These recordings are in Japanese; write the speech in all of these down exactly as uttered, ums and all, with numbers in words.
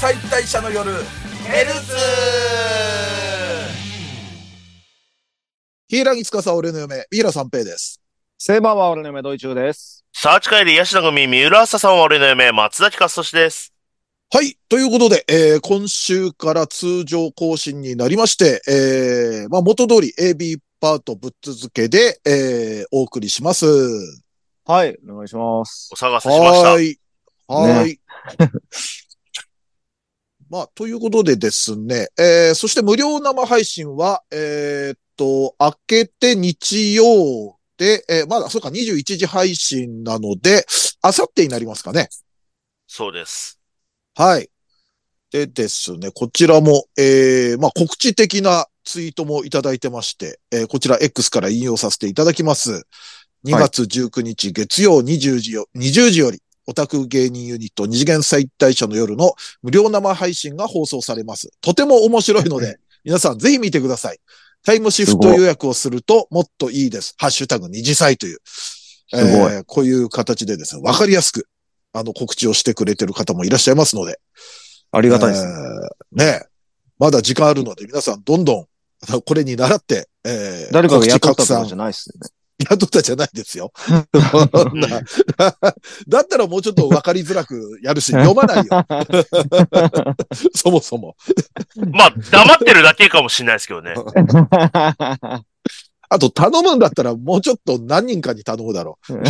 解体者の夜ヘルツヒイラギツカサ俺の嫁、三平三平です。 セイバーは俺の嫁、ドイチューです。 サーチ会でヤシナ組、三浦朝さんは俺の嫁、松崎勝利です。 はい。ということで、えー、今週から通常更新になりまして、えー、まあ、元通り エービー パートぶっ続けで、えー、お送りします。 はい、お願いします。 お探せしました。 はい。はい。 ね、 まあ、ということでですね、えー、そして無料生配信は、えー、っと、明けて日曜で、えー、まだ、そうか、にじゅういちじ配信なので、あさってになりますかね。 そうです。 はい。でですね、こちらも、えー、まあ、告知的なツイートもいただいてまして、えー、こちら X から引用させていただきます。にがつじゅうくにち月曜にじゅうじよ、にじゅうじより、オタク芸人ユニット二次元再退者の夜の無料生配信が放送されます。とても面白いので、皆さんぜひ見てください。タイムシフト予約をするともっといいです。ハッシュタグ二次祭という。えー、こういう形でですね、わかりやすく、あの、告知をしてくれてる方もいらっしゃいますので。 ありがたいですね。 えー、ねまだ時間あるので、皆さんどんどん、これに習って、えー、誰かが雇ったとかじゃないっすね。 雇ったじゃないですよ。だったらもうちょっと分かりづらくやるし、読まないよ。そもそも。 まあ、黙ってるだけかもしれないですけどね。 あと、頼むんだったらもうちょっと何人かに頼むだろう。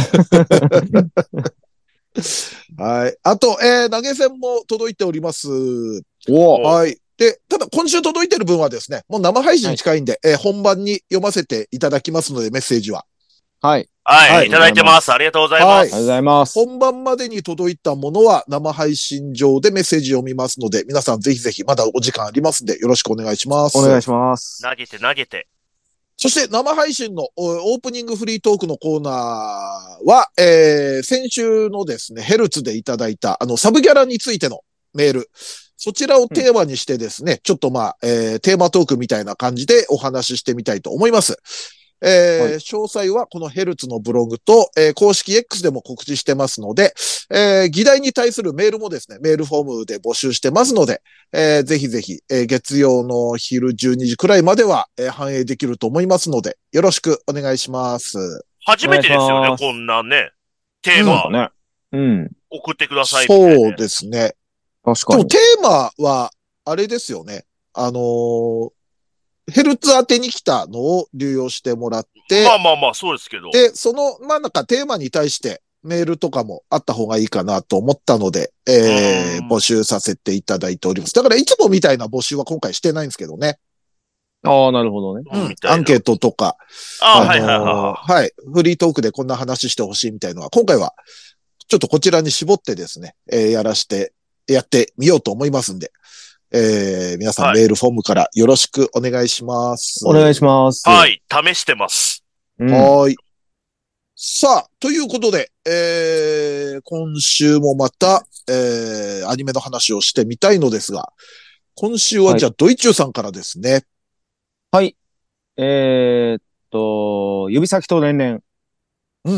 はい。あと、えー、投げ銭も届いております。 おはい。で、ただ今週届いてる分はですね、もう生配信近いんで、はい、えー、本番に読ませていただきますので、メッセージは。 はい。 はい、はい、いただいてます。ありがとうございます。はい、ありがとうございます。 本番までに届いたものは生配信上でメッセージ読みますので、皆さんぜひぜひまだお時間ありますんで、よろしくお願いします。 お願いします。 投げて投げて。 そして生配信のオープニングフリートークのコーナーは、えー、先週のですね、ヘルツでいただいた、あの、サブギャラについてのメール。そちらをテーマにしてですね、うん、ちょっとまあ、えー、テーマトークみたいな感じでお話ししてみたいと思います。えーはい、詳細はこのヘルツのブログと、えー、公式 X でも告知してますので、えー、議題に対するメールもですね、メールフォームで募集してますので、えー、ぜひぜひ、えー、月曜の昼じゅうにじくらいまでは、えー、反映できると思いますので、よろしくお願いします。 初めてですよね、こんなね、テーマ、 うんねうん、 送ってくださいみたいな、ね。 そうですね。 確かに。 でもテーマは、あれですよね。あのー、ヘルツ宛てに来たのを流用してもらって。 まあまあまあ、そうですけど。 で、その、まあなんかテーマに対してメールとかもあった方がいいかなと思ったので、えー、募集させていただいております。だからいつもみたいな募集は今回してないんですけどね。 ああ、なるほどね。 うん。アンケートとか。 ああ、はいはいはい。 はい。フリートークでこんな話してほしいみたいなのは、今回はちょっとこちらに絞ってですね、えー、やらして、やってみようと思いますんで。えー、皆さんメールフォームからよろしくお願いします。 お願いします。 はい、試してます。 うん、はい。さあ、ということで、えー、今週もまた、えー、アニメの話をしてみたいのですが、今週はじゃあ、はい、ドイチューさんからですね。 はい。えー、っと、指先と連々。 うん。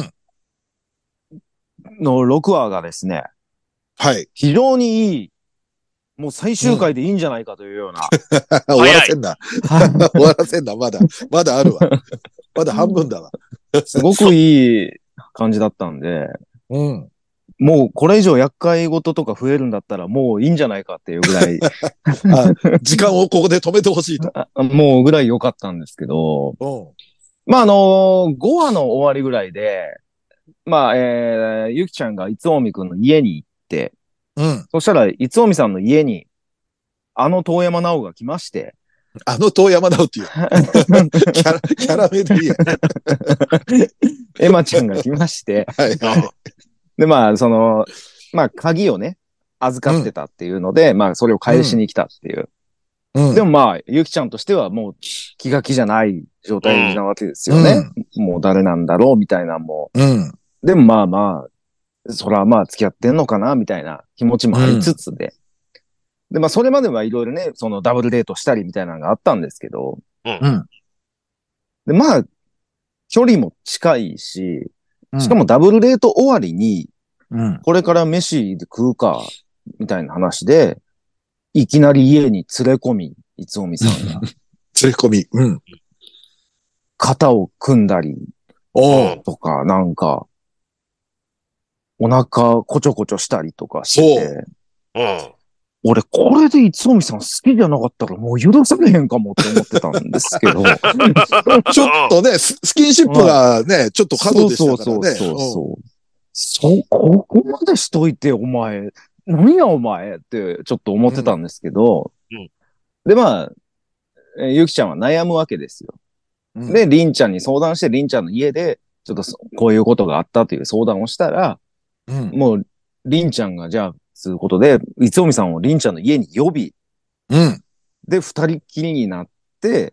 のろくわがですね。 はい。 非常にいい。もう最終回でいいんじゃないかというような。 うん、終わらせんな。終わらせんな、まだ。まだあるわ。まだ半分だわ。 すごくいい感じだったんで。 うん。 もうこれ以上厄介事とか増えるんだったらもういいんじゃないかっていうぐらい。 あ、時間をここで止めてほしいと。 もうぐらい良かったんですけど。 うん、 まあ、あの、ごわの終わりぐらいで、まあ、えー、ゆきちゃんがいつおみくんの家に行って、 うん。 そしたら、いつおみさんの家に、あの遠山直が来まして。 あの遠山直っていう。キャラ、キャラ名でいいや。 エマちゃんが来まして。 はいはい。 で、まあ、その、まあ、鍵をね、預かってたっていうので、うん、まあ、それを返しに来たっていう。うん、でもまあ、ゆきちゃんとしてはもう気が気じゃない状態なわけですよね。うん、もう誰なんだろうみたいなもう。うん、でもまあまあ、そらまあ付き合ってんのかなみたいな気持ちもありつつで。うん、で、まあそれまではいろいろね、そのダブルデートしたりみたいなのがあったんですけど。うん、で、まあ、距離も近いし、しかもダブルデート終わりに、これから飯で食うか、みたいな話で、 いきなり家に連れ込み、いつおみさんが。 連れ込み。うん。 肩を組んだり、 おう。 とか、なんか、お腹こちょこちょしたりとかして、 うん。 俺、これでいつおみさん好きじゃなかったらもう許されへんかもって思ってたんですけど。 ちょっとね、ススキンシップがね、ちょっと過度でしたからね。 そうそうそうそう。そ、ここまでしといて、お前、何やお前ってちょっと思ってたんですけど、 うんうん、 で、まあ、えーゆきちゃんは悩むわけですよ。 うん、 で、りんちゃんに相談して、りんちゃんの家で、ちょっとこういうことがあったという相談をしたら、 うん、 もう、りんちゃんがじゃあ、つうことで、いつおみさんをりんちゃんの家に呼び、 うん、 で、二人っきりになって、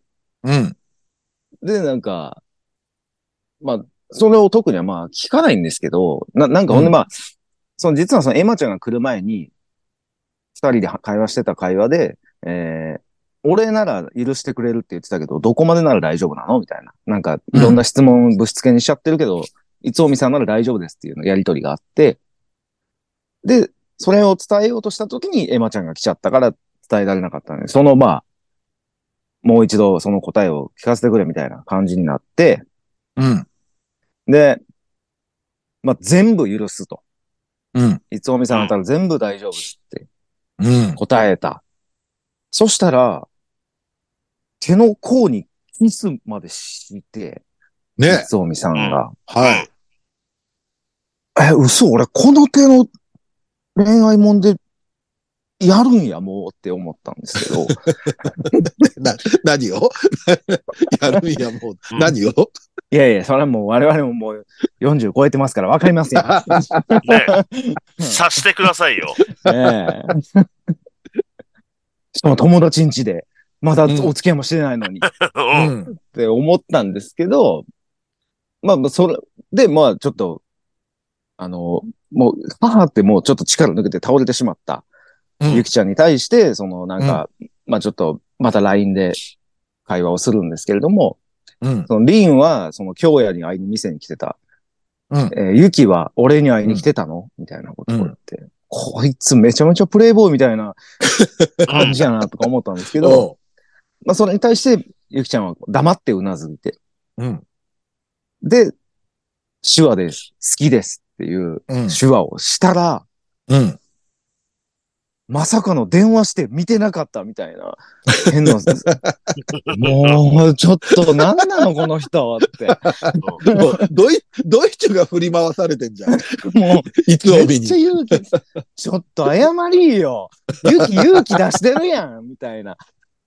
うん、 で、なんか、まあ、それを特にはまあ聞かないんですけど、な、なんかほんでまあ、その実はそのエマちゃんが来る前に、二人で会話してた会話で、えー、俺なら許してくれるって言ってたけど、どこまでなら大丈夫なのみたいな。なんか、いろんな質問ぶしつけにしちゃってるけど、いつおみさんなら大丈夫ですっていうのやりとりがあって、で、それを伝えようとした時にエマちゃんが来ちゃったから伝えられなかったので、そのまあ、もう一度その答えを聞かせてくれみたいな感じになって、 うん、 で、まあ全部許すと。 うん、 いつおみさんだったら全部大丈夫ってうん。 答えた。そしたら、手の甲にキスまでして、いね。 つおみさんが。 はい。 え、嘘俺この手の恋愛もんでやるんや、もうって思ったんですけど。 な、何をやるんや、もう。何をいやいや、それはもう我々ももうよんじゅう超えてますからわかりますよ。 ね。察してくださいよ。 ええ。しかも友達ん家で、まだお付き合いもしてないのに、 う。 うんん。 って思ったんですけど、まあ、それ、で、まあ、ちょっと、あの、もう、母ってもうちょっと力抜けて倒れてしまった、 うんゆきちゃんに対して、その、なんか、まあちょっと、また ライン で会話をするんですけれども、 うん。 その、リンは、その、京也に会いに店に来てた。 うん。 えー、ゆきは俺に会いに来てたのみたいなことを言って、こいつめちゃめちゃプレイボーイみたいな感じやなとか思ったんですけど、まあそれに対して、ゆきちゃんは黙ってうなずいて、 うん。 で、手話です。好きですっていう手話をしたら、 うん。 まさかの電話して見てなかったみたいな。変な。もう、ちょっと何なのこの人って。 もうドイ、ドイツが振り回されてんじゃん。 もう、 いつもめっちゃ勇気、ちょっと謝りよ。勇気、勇気出してるやんみたいな。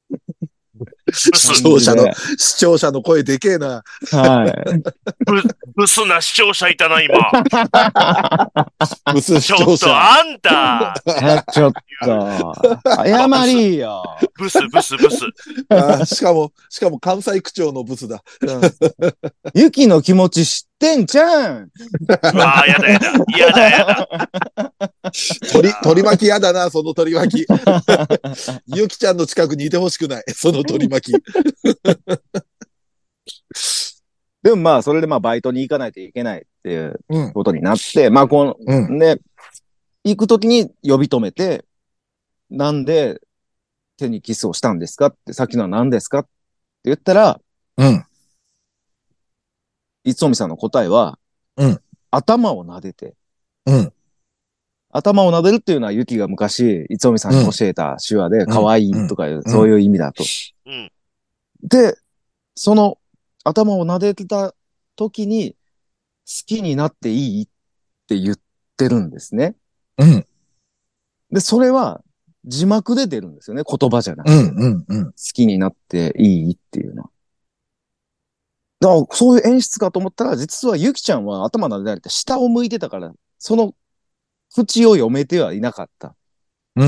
視聴者の、視聴者の声でけえな。 はい。 ブ、ブスな視聴者いたな、今。 ブス視聴者。 ちょっとあんた。 ちょっと、謝りよ。 ブス、ブス、ブス。 あしかも、しかも関西区長のブスだ。 ユキの気持ち知ってんじゃん。 ああ、やだやだ。やだやだ。 鳥、鳥巻きやだな、その鳥巻き。ゆきちゃんの近くにいてほしくない、その鳥巻き。 でもまあ、それでまあ、バイトに行かないといけないっていううん。 ことになって、まあ、この、 うん。 で、行くときに呼び止めて、なんで手にキスをしたんですかって、さっきのは何ですかって言ったら、 うん。 いつおみさんの答えは、 うん。 頭を撫でて、 うん。 頭を撫でるっていうのはユキが昔、いつおみさんに教えた手話で、可愛いとかいう、 うんそういう意味だと。 うん。 で、その頭を撫でてた時に、好きになっていいって言ってるんですね。 うん。 で、それは字幕で出るんですよね。言葉じゃなくて。 うん。うん。うん。 好きになっていいっていうのは。だから、そういう演出かと思ったら、実はゆきちゃんは頭撫でられて下を向いてたから、その口を読めてはいなかったっうん。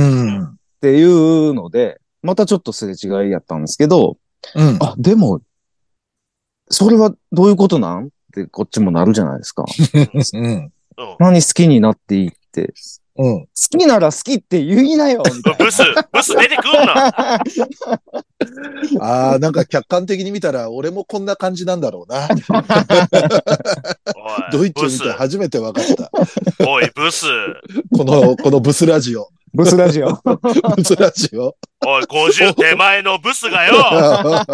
ていうので、またちょっとすれ違いやったんですけど、 うん。 あ、でも、それはどういうことなんってこっちもなるじゃないですか。 うん。 何好きになっていいって。 うん。 好きなら好きって言いなよみたいな。 ブス、ブス出てくんな。 ああ、なんか客観的に見たら、俺もこんな感じなんだろうな。 おい、 ドイツブス見て。初めて分かった。 おい、ブス。 この、このブスラジオ。 ブスラジオ。 ブスラジオ。 おい、ごじゅう手前のブスがよ。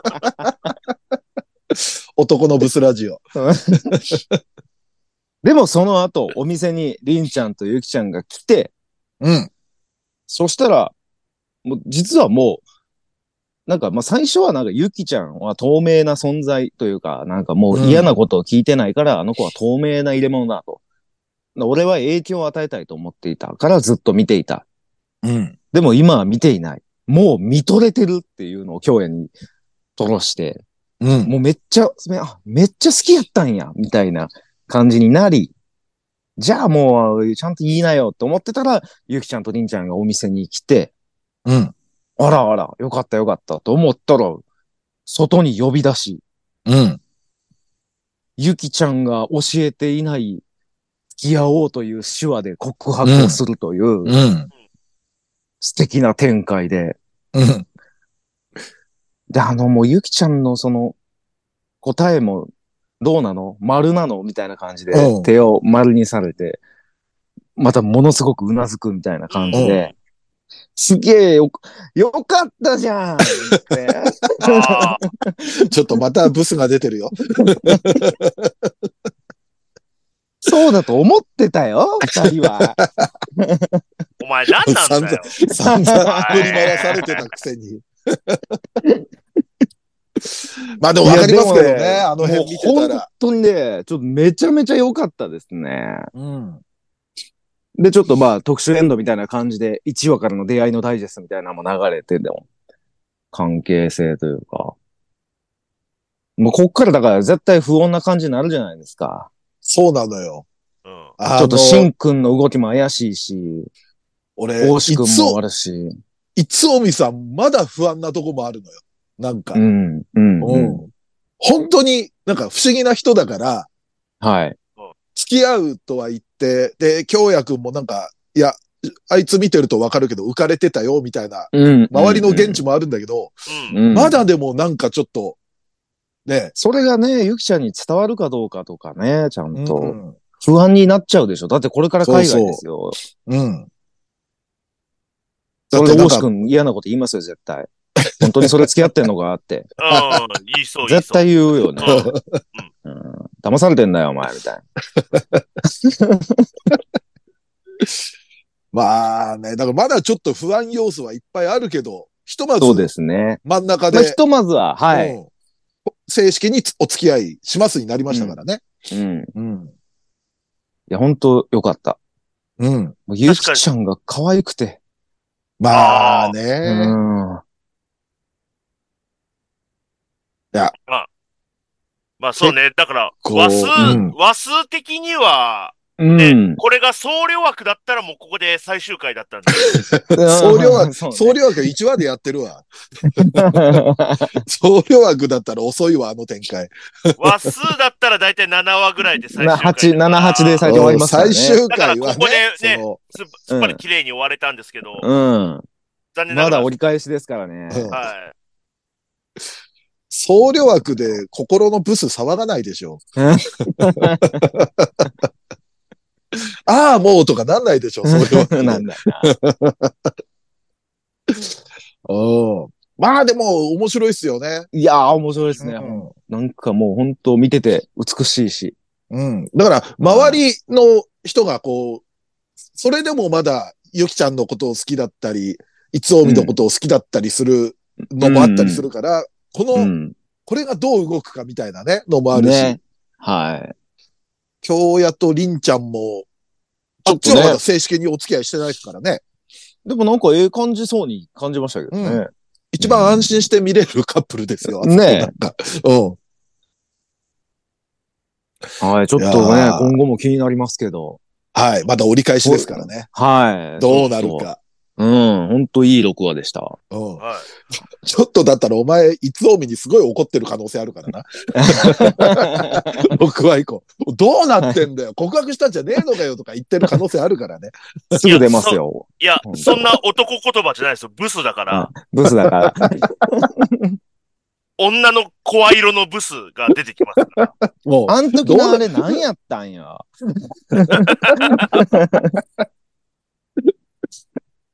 男のブスラジオ。 でもその後、お店にりんちゃんとゆきちゃんが来て、 うん。 そしたら、もう実はもう、なんかまあ最初はなんかゆきちゃんは透明な存在というか、なんかもう嫌なことを聞いてないから、うん、あの子は透明な入れ物だと。俺は影響を与えたいと思っていたからずっと見ていた。 うん。 でも今は見ていない。もう見とれてるっていうのを京也に吐露して、うん、もうめっちゃ、めっちゃ好きやったんや、みたいな感じになり、じゃあもうちゃんと言いなよって思ってたら、ゆきちゃんとりんちゃんがお店に来て、 うん。 あらあら、よかったよかったと思ったら、外に呼び出し、 うん。 ゆきちゃんが教えていない付き合おうという手話で告白をするという、うんうん、素敵な展開で、 うん、 で、あのもうゆきちゃんのその答えもどうなの？丸なの？みたいな感じで手を丸にされて、またものすごくうなずくみたいな感じで、すげえよ、よかったじゃんってちょっとまたブスが出てるよ。 そうだと思ってたよ、二人は。 お前何なんだよ。 散々振り回されてたくせに。まあでもわかりますけどね、ねあの辺見てたら。 本当にね、ちょっとめちゃめちゃ良かったですね。 うん。 で、ちょっとまあ特殊エンドみたいな感じで、いちわからの出会いのダイジェストみたいなのも流れて、でも、関係性というか。もうこっからだから絶対不穏な感じになるじゃないですか。 そうなのよ。 うん、ちょっとシンくんの動きも怪しいし、 俺、 大志くんもあるし。 いつおみさん、まだ不安なとこもあるのよ。なんか。 うん。うん。うん。 本当になんか不思議な人だから、 はい。 付き合うとは言って、で、京也くんもなんか、いや、あいつ見てるとわかるけど浮かれてたよ、みたいな、うん、周りの現地もあるんだけど、うん、まだでもなんかちょっと、ね。 それがね、ゆきちゃんに伝わるかどうかとかね、ちゃんと。うん不安になっちゃうでしょ。だってこれから海外ですよ。 そうそううん。 それで大志くん嫌なこと言いますよ、絶対。本当にそれ付き合ってんのかって。 うん、言いそう、 絶対言うよね。うんうん、騙されてんだよ、お前、みたいな。 まあね、だからまだちょっと不安要素はいっぱいあるけど、ひとまず、 そうですね。 真ん中で、 まあ、ひとまずは、はい、うん。 正式にお付き合いしますになりましたからね。 うん。うん。うん、いや、ほんとよかった。うん。もうゆきちゃんが可愛くて。 まあね。うん。いや。 まあ、まあそうね。だから、話数、うん、話数的には、ね、うん、これが総量枠だったらもうここで最終回だったんで。 総量枠、総量枠いちわでやってるわ。総量枠だったら遅いわ、あの展開。 話数だったらだいたいななわぐらいで最終回。 はち、なな、はちで最初終わりますからね。 最終回は、ね。 だからここでね、すっぱり綺麗に終われたんですけど。 うん。残念ながら。まだ折り返しですからね。うん、はい。 総量枠で心のブス騒がないでしょ。ああ、もうとかなんないでしょ、総量枠。 なんだな。 うん。まあでも面白いっすよね。 いやー面白いですね。うん、なんかもう本当見てて美しいし。 うん。だから周りの人がこう、それでもまだゆきちゃんのことを好きだったり、いつおみのことを好きだったりするのもあったりするから、うん、この、うん、これがどう動くかみたいなね、のもあるし。ね、 はい。 京也とりんちゃんも、あっちはまだ正式にお付き合いしてないですからね。 でもなんかええ感じそうに感じましたけどね。うん、 一番安心して見れるカップルですよ。 ねえ。うん。はい、ちょっとね、今後も気になりますけど。 はい、まだ折り返しですからね。 はい。 どうなるか。 うん、ほんといいろくわでした。 うん。はい、ちょっとだったらお前、いつおみにすごい怒ってる可能性あるからな。ろくわ以降。どうなってんだよ。告白したんじゃねえのかよとか言ってる可能性あるからね。 すぐ出ますよ。 いや、そんな男言葉じゃないですよ。ブスだから。 ブスだから。 女の声色のブスが出てきますから。 もう。あん時のあれ何やったんや。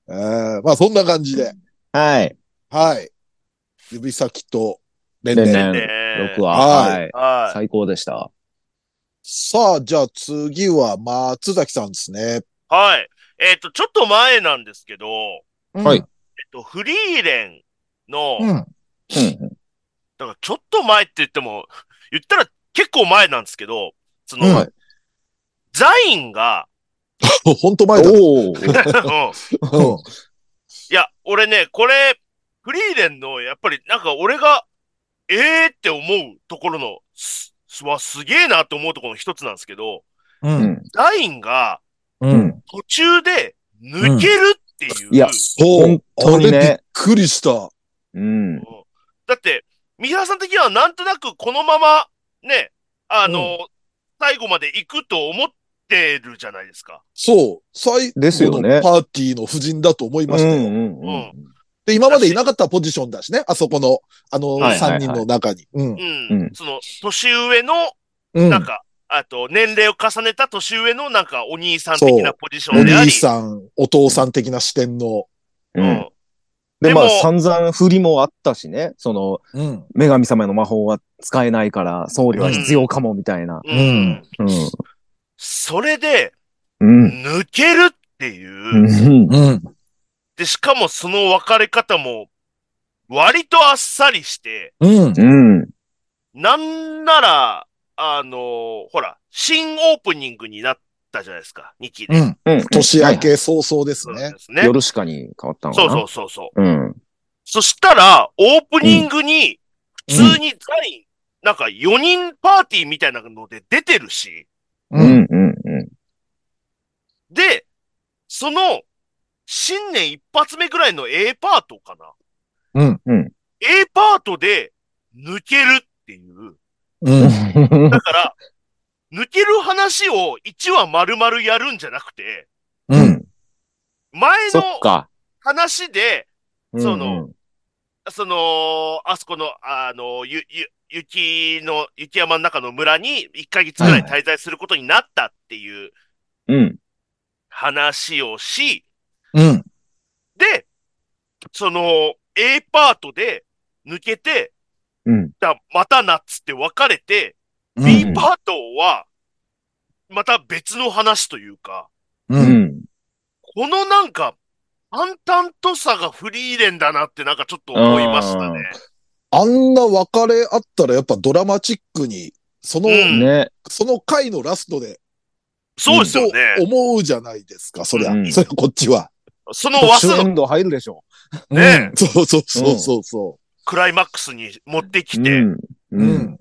えー、まあそんな感じで。 はい。 はい。指先と連連連。 連、録画。 はい。 はい。 はい。 最高でした。 さあ、じゃあ次は松崎さんですね。 はい。えっと、ちょっと前なんですけど、 はい。 うん。 えっと、フリーレンの、 うん。 うん。 だからちょっと前って言っても、言ったら結構前なんですけど、その、 うん。 はい。 ザインが、 本当前だ。 おー。 うん。 うん。 いや、俺ね、これ、フリーレンの、やっぱりなんか俺が、ええーって思うところの、す、はすげえなと思うところの一つなんですけど、 う。 うんん。 ザインがううんん。 途中で抜けるっていう、 いや、 そう。 本当にあれびっね。 くりした。 うん。 うんだって、三原さん的にはなんとなくこのまま、ね、あの、 うん。 最後まで行くと思ってるじゃないですか。 そう。最です後のよね。 パーティーの夫人だと思いうんうましたよ。 んうん。 うん。 で、今までいだし、 なかったポジションだしね。あそこの、あの、 はいうん、 三人はいはい。 の中に。うん。 うん。 うん。 その、年上の、 うん。 なんか、あと、年齢を重ねた年上の、なんか、お兄さん的なそポジシう。お兄ョンであり、 さん、お父さん的な視点の。 うん。 うん。 で、まあ、 でも、 散々振りもあったしね。その、 うん。 女神様の魔法は使えないから、僧侶は必うん。 要かも、みたいな。 ううん。 ん。 うん。 それで、 うん。 抜けるっていうう。 ん。 うん。 で、しかもその別れ方も、割とあっさりして、 うん。 うん。 なんなら、あのほら、新オープニングになったじゃないですか、にきで。 うん。 うん。 年明はいはい。 け早々ですそうね。 ですね。 夜しかに変わったのかそうそな。 うそうそう。 うん。 そしたら、オープニンうん。 グに、 うん。 普通にザイン、なんかよにんパーティーみたいなので出てるし、 うん。 うん。うん。うで、その、新年一発目ぐらいの A パートかな。 うん。 ん。 A パートで抜けるっていう。 うん。 だから、抜ける話をいちわ丸々やるんじゃなくて、 うん。 前のそっか。 話で、 うその、 んうん。 その、あそこの、あの、ゆ、ゆ、雪の、雪山の中の村にいっかげつぐはい。 らい滞在することになったっていううん。 話をし、 うん。 で、その A パートで抜けて、 うん。 だまたなっつって別れて、 う B ん。 パートはまた別の話というか、 う。 うんん。 このなんか淡々とさがフリーレンだなってなんかちょっと思いましたね。 ああんな別れあったらやっぱドラマチックに、その、 うあ。 ん。 ね。 その回のラストで、 そうですとよね。 思うじゃないですか、そりゃ。 うんそりゃこっちは。 その特ワスの殊エンド入るでしょ。 うん。そうそうそうそうそクライマックスに持ってきて、 うん。 う。 う。 うんん。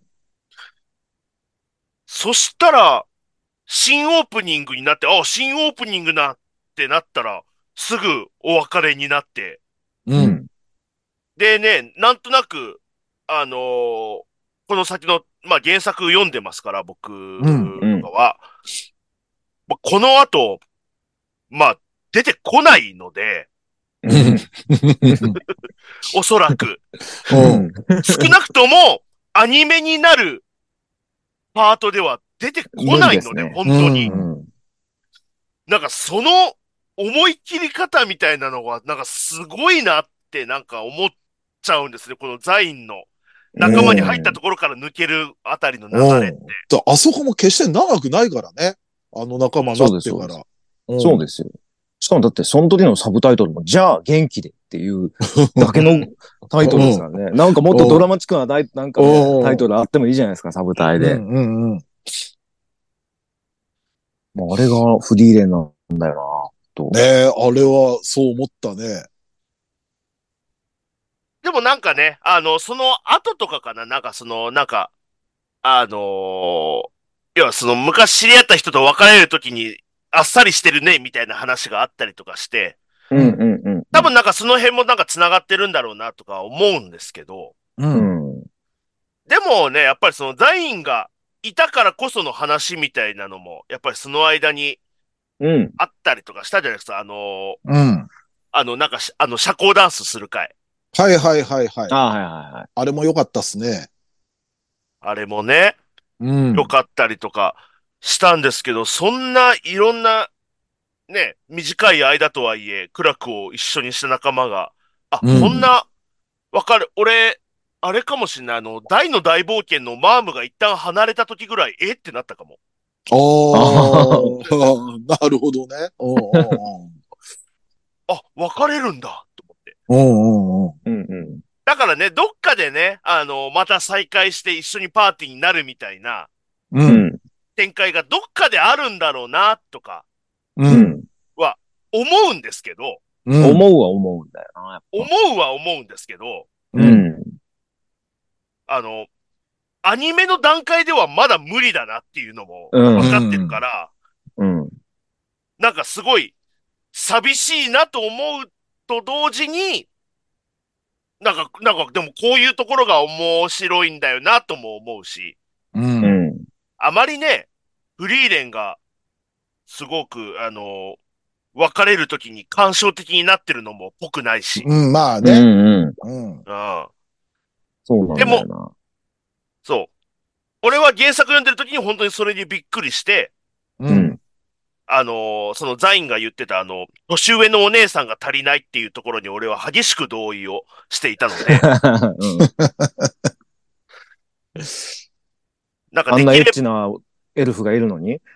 そしたら、新オープニングになって、あ、新オープニングなってなったら、すぐお別れになって、 う。 うんん。 でね、なんとなく、あのーこの先の、まあ、原作読んでますから、僕うんうん。 とかは、まあこの後、まあ、出てこないので、 うん。 おそらく、 うん。 少なくとも、アニメになるパートでは出てこ無理ないので、 ですね。 本当に。 ううん。 なんかその思い切り方みたいなのが、なんかすごいなってなんか思っちゃうんですね。このザインの仲間に入ったところから抜けるあたりの流れって。 だあそこも決して長くないからね。あの仲間になってそうですから。 そうですよ。しかもだって、その時のサブタイトルも、じゃあ元気でっていうだけのタイトルですからね。なんかもっとドラマチックなタイなんかね、タイトルあってもいいじゃないですか、サブタイで。 うんうんうん。 もうあれがフリーレンなんだよな、と。 ねえ、あれはそう思ったね。 でもなんかね、あの、その後とかかな、なんかその、なんか、あのー要はその昔知り合った人と別れるときにあっさりしてるね、みたいな話があったりとかして、 うんうんうん。 多分なんかその辺もなんか繋がってるんだろうなとか思うんですけど、 う。 うんん。 でもね、やっぱりそのザインがいたからこその話みたいなのも、やっぱりその間にうん。 あったりとかしたじゃないですか。あの、 うん。 あの、なんかし、あの、社交ダンスする回。 はいはいはいはい。 ああ、はいはいはい。 あれも良かったっすね。 あれもね、 うん。 良かったりとかしたんですけど、そんないろんなね、短い間とはいえ、苦楽を一緒にした仲間が、あ、 うんこんな、わかる。俺、あれかもしんない。あの、大の大冒険のマームが一旦離れた時ぐらい、えってなったかも。 ああ、なるほどね。うんうんうん。 あ、別れるんだ、と思って。 うんうんうん。 うんうん。 だからね、どっかでね、あの、また再会して一緒にパーティーになるみたいなう。 うんん。 展開がどっかであるんだろうな、とかう。 うんん。 は思うんですけど、 うん。 思うは思うんだよな。やっ思ぱうは思うんですけど、 う。 うんん。 あの、アニメの段階ではまだ無理だなっていうのもうん分かってるから、 うん。 なんかすごい寂しいなと思うと同時に、なんか、なんかでもこういうところが面白いんだよなとも思うし、 う。 うんん。 あまりね、フリーレンがすごく、あの、別れるときに感傷的になってるのもぽくないし、 うん、まあうね。 んうん。 うん。 うん。 そうなでも、 んだよな。 そう。俺は原作読んでるときに本当にそれにびっくりして、 う。 うんん。 あのーそのザインが言ってたあの、年上のお姉さんが足りないっていうところに俺は激しく同意をしていたので、 うんなんかあんなエできれッチなエルフがいるのに。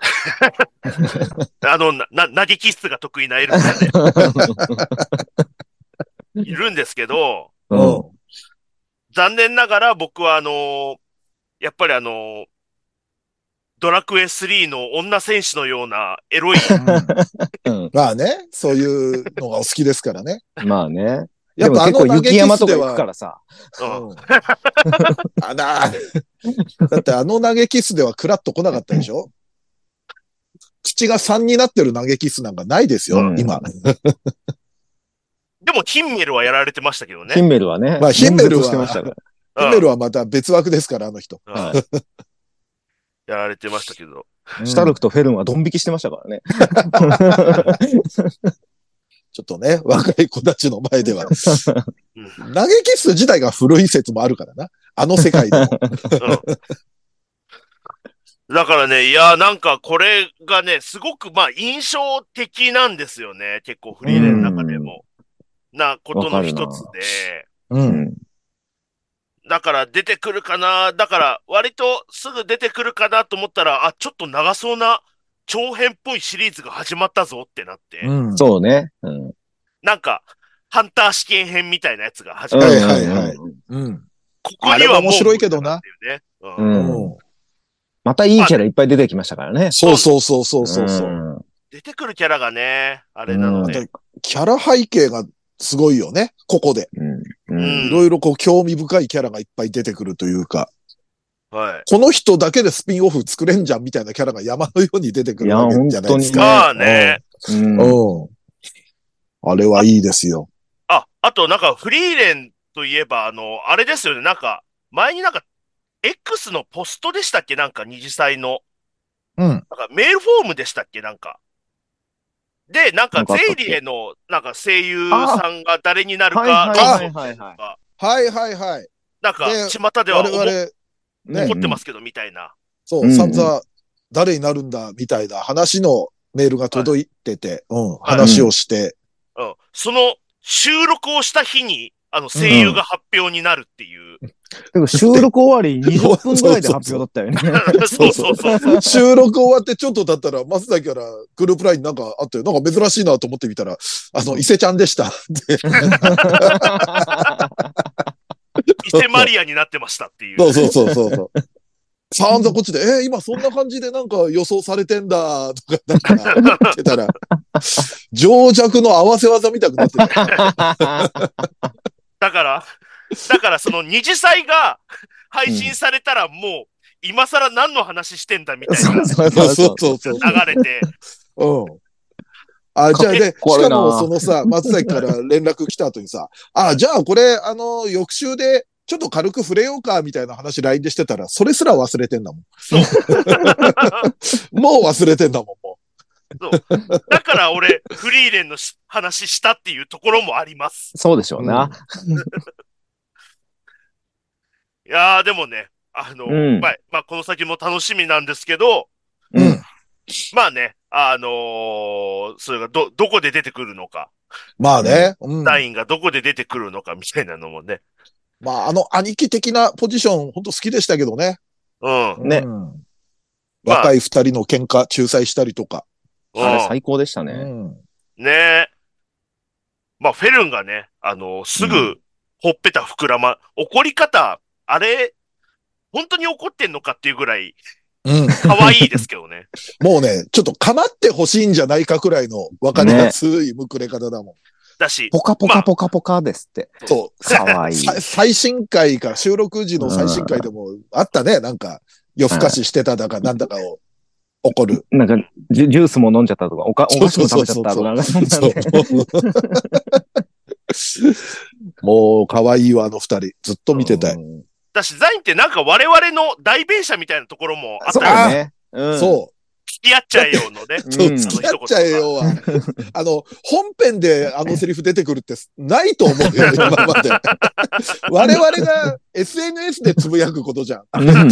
ば、あの、な、な投げキッスが得意なエルフがね、いるんですけど、 ううんん。 残念ながら僕はあのーやっぱりあのードラクエスリーの女戦士のようなエロい、 うんまあね。そういうのがお好きですからね。 まあね。 やっぱあでも結構の投げキ雪山とかスでは、 行くからさ。 うんうん。あな、だってあの投げキスではクラッと来なかったでしょ？口がさんになってる投げキスなんかないですよ、 うん今。 でもヒンメルはやられてましたけどヒンね。 メルはね。 まあヒンメルは悶絶してましたから。 ヒメルはまた別枠ですから、あの人。 うんはいやられてましたけど。 シュタルクとフェルンはドン引きしてましたからね。 ちょっとね、若い子たちの前では。 うん投げキス自体が古い説もあるからな。あの世界でも。 うん、だからね、いや、なんかこれがね、すごくまあ印象的なんですよね。結構フリーレンの中でも。なことの一つで。 う。 うんん。 だから出てくるかな。だから割とすぐ出てくるかなと思ったら、あ、ちょっと長そうな長編っぽいシリーズが始まったぞってなって。 うん。 そうね。うん。 なんか、ハンター試験編みたいなやつが始まはいった。 はいはいうんうん。 ここにはもうあれも面白いけどなっていうね。う。 うんんうん。 またいいキャラいっぱい出てきましたからね。 そうそうそうそうそうそう。 ん出てくるキャラがね、あれなので。 またキャラ背景がすごいよね。ここで。 うん。ううんん。 いろいろこう興味深いキャラがいっぱい出てくるというか、 はい。 この人だけでスピンオフ作れんじゃんみたいなキャラが山のように出てくるわけじゃないですか。 いやまあね。 うん。 うん。あれはいいですよ。 あ、あとなんかフリーレンといえば、あの、あれですよね。なんか、前になんか、X のポストでしたっけなんか二次祭の。 うん。 なんかメールフォームでしたっけなんか。で、なんかなんかあったっけゼイリエのなんか声優さんが誰になるか、 はいはいはいはいはいがはいはいはい。 なんか、 で巷では思我々、ね怒ってますけど、みたいな。 そうう、 ん散々誰になるんだみたいな話のメールが届いてて、うん、 はい話をして、 うん。その収録をした日に、あの声優が発表になるっていう。 でも収録終わりにじゅっぷんぐらいで発表だったよね。 そうそうそうそう。 収録終わってちょっと経ったら、松崎からグループラインなんかあって、なんか珍しいなと思ってみたら、あの、伊勢ちゃんでしたって。 伊勢マリアになってましたっていう。 そうそうそうそうそう。散々こっちで、えー今そんな感じでなんか予想されてんだ、とか、なんか言ってたら、情弱の合わせ技みたくなってた。 だから、だからその二次祭が配信されたらもう、今更何の話してんだみたいなそうそうそうそうそう。 流れて、 うん。あ、じゃあで、しこれなかもそのさ、松崎から連絡来た後にさ、あ、じゃあこれ、あの、翌週で、ちょっと軽く触れようか、みたいな話 ライン でしてたら、それすら忘れてんだもん。 そう。 もう忘れてんだもん、もそうだから俺、フリーレンのし話したっていうところもあります。 そうでしょうな。 いやー、でもね、あの、 うんまあ、まあ、この先も楽しみなんですけど、 う。うん。 まあね、 あのーそれがど、どこで出てくるのか。 まあね。うん。 ダインがどこで出てくるのかみたいなのもね。 まあ、あの兄貴的なポジション、本当好きでしたけどね。 うん。 ねうんまあ若い二人の喧嘩、仲裁したりとか。 あれ最高でしたうね。 ん。 ねえ。まあ、フェルンがね、あの、すぐ、 うんほっぺた膨らま、怒り方、あれ、本当に怒ってんのかっていうぐらい、 うん。 可愛いですけどね。 もうね、ちょっと構ってほしいんじゃないかくらいの分かりやすいむくれ方だもん。 だし、 ポカポカポカポカですって。 そう。 かわいい。 さ最新回か、収録時の最新回でもあったね。なんか、夜更かししてただかなんだかを怒る。 なんかジュ、ジュースも飲んじゃったとか、おかお菓子も食べちゃったとか、なんかそんなんそうで。 もう、可愛いわ、あの二人。ずっと見てたい。 うんだし、ザインってなんか我々の代弁者みたいなところもあっそうたよね。 ね。うんそう。 付き合っちゃえよのね。 そううん付き合っちゃえよは。あの、本編であのセリフ出てくるってないと思うよ、今まで。我々が エスエヌエス でつぶやくことじゃん。 うん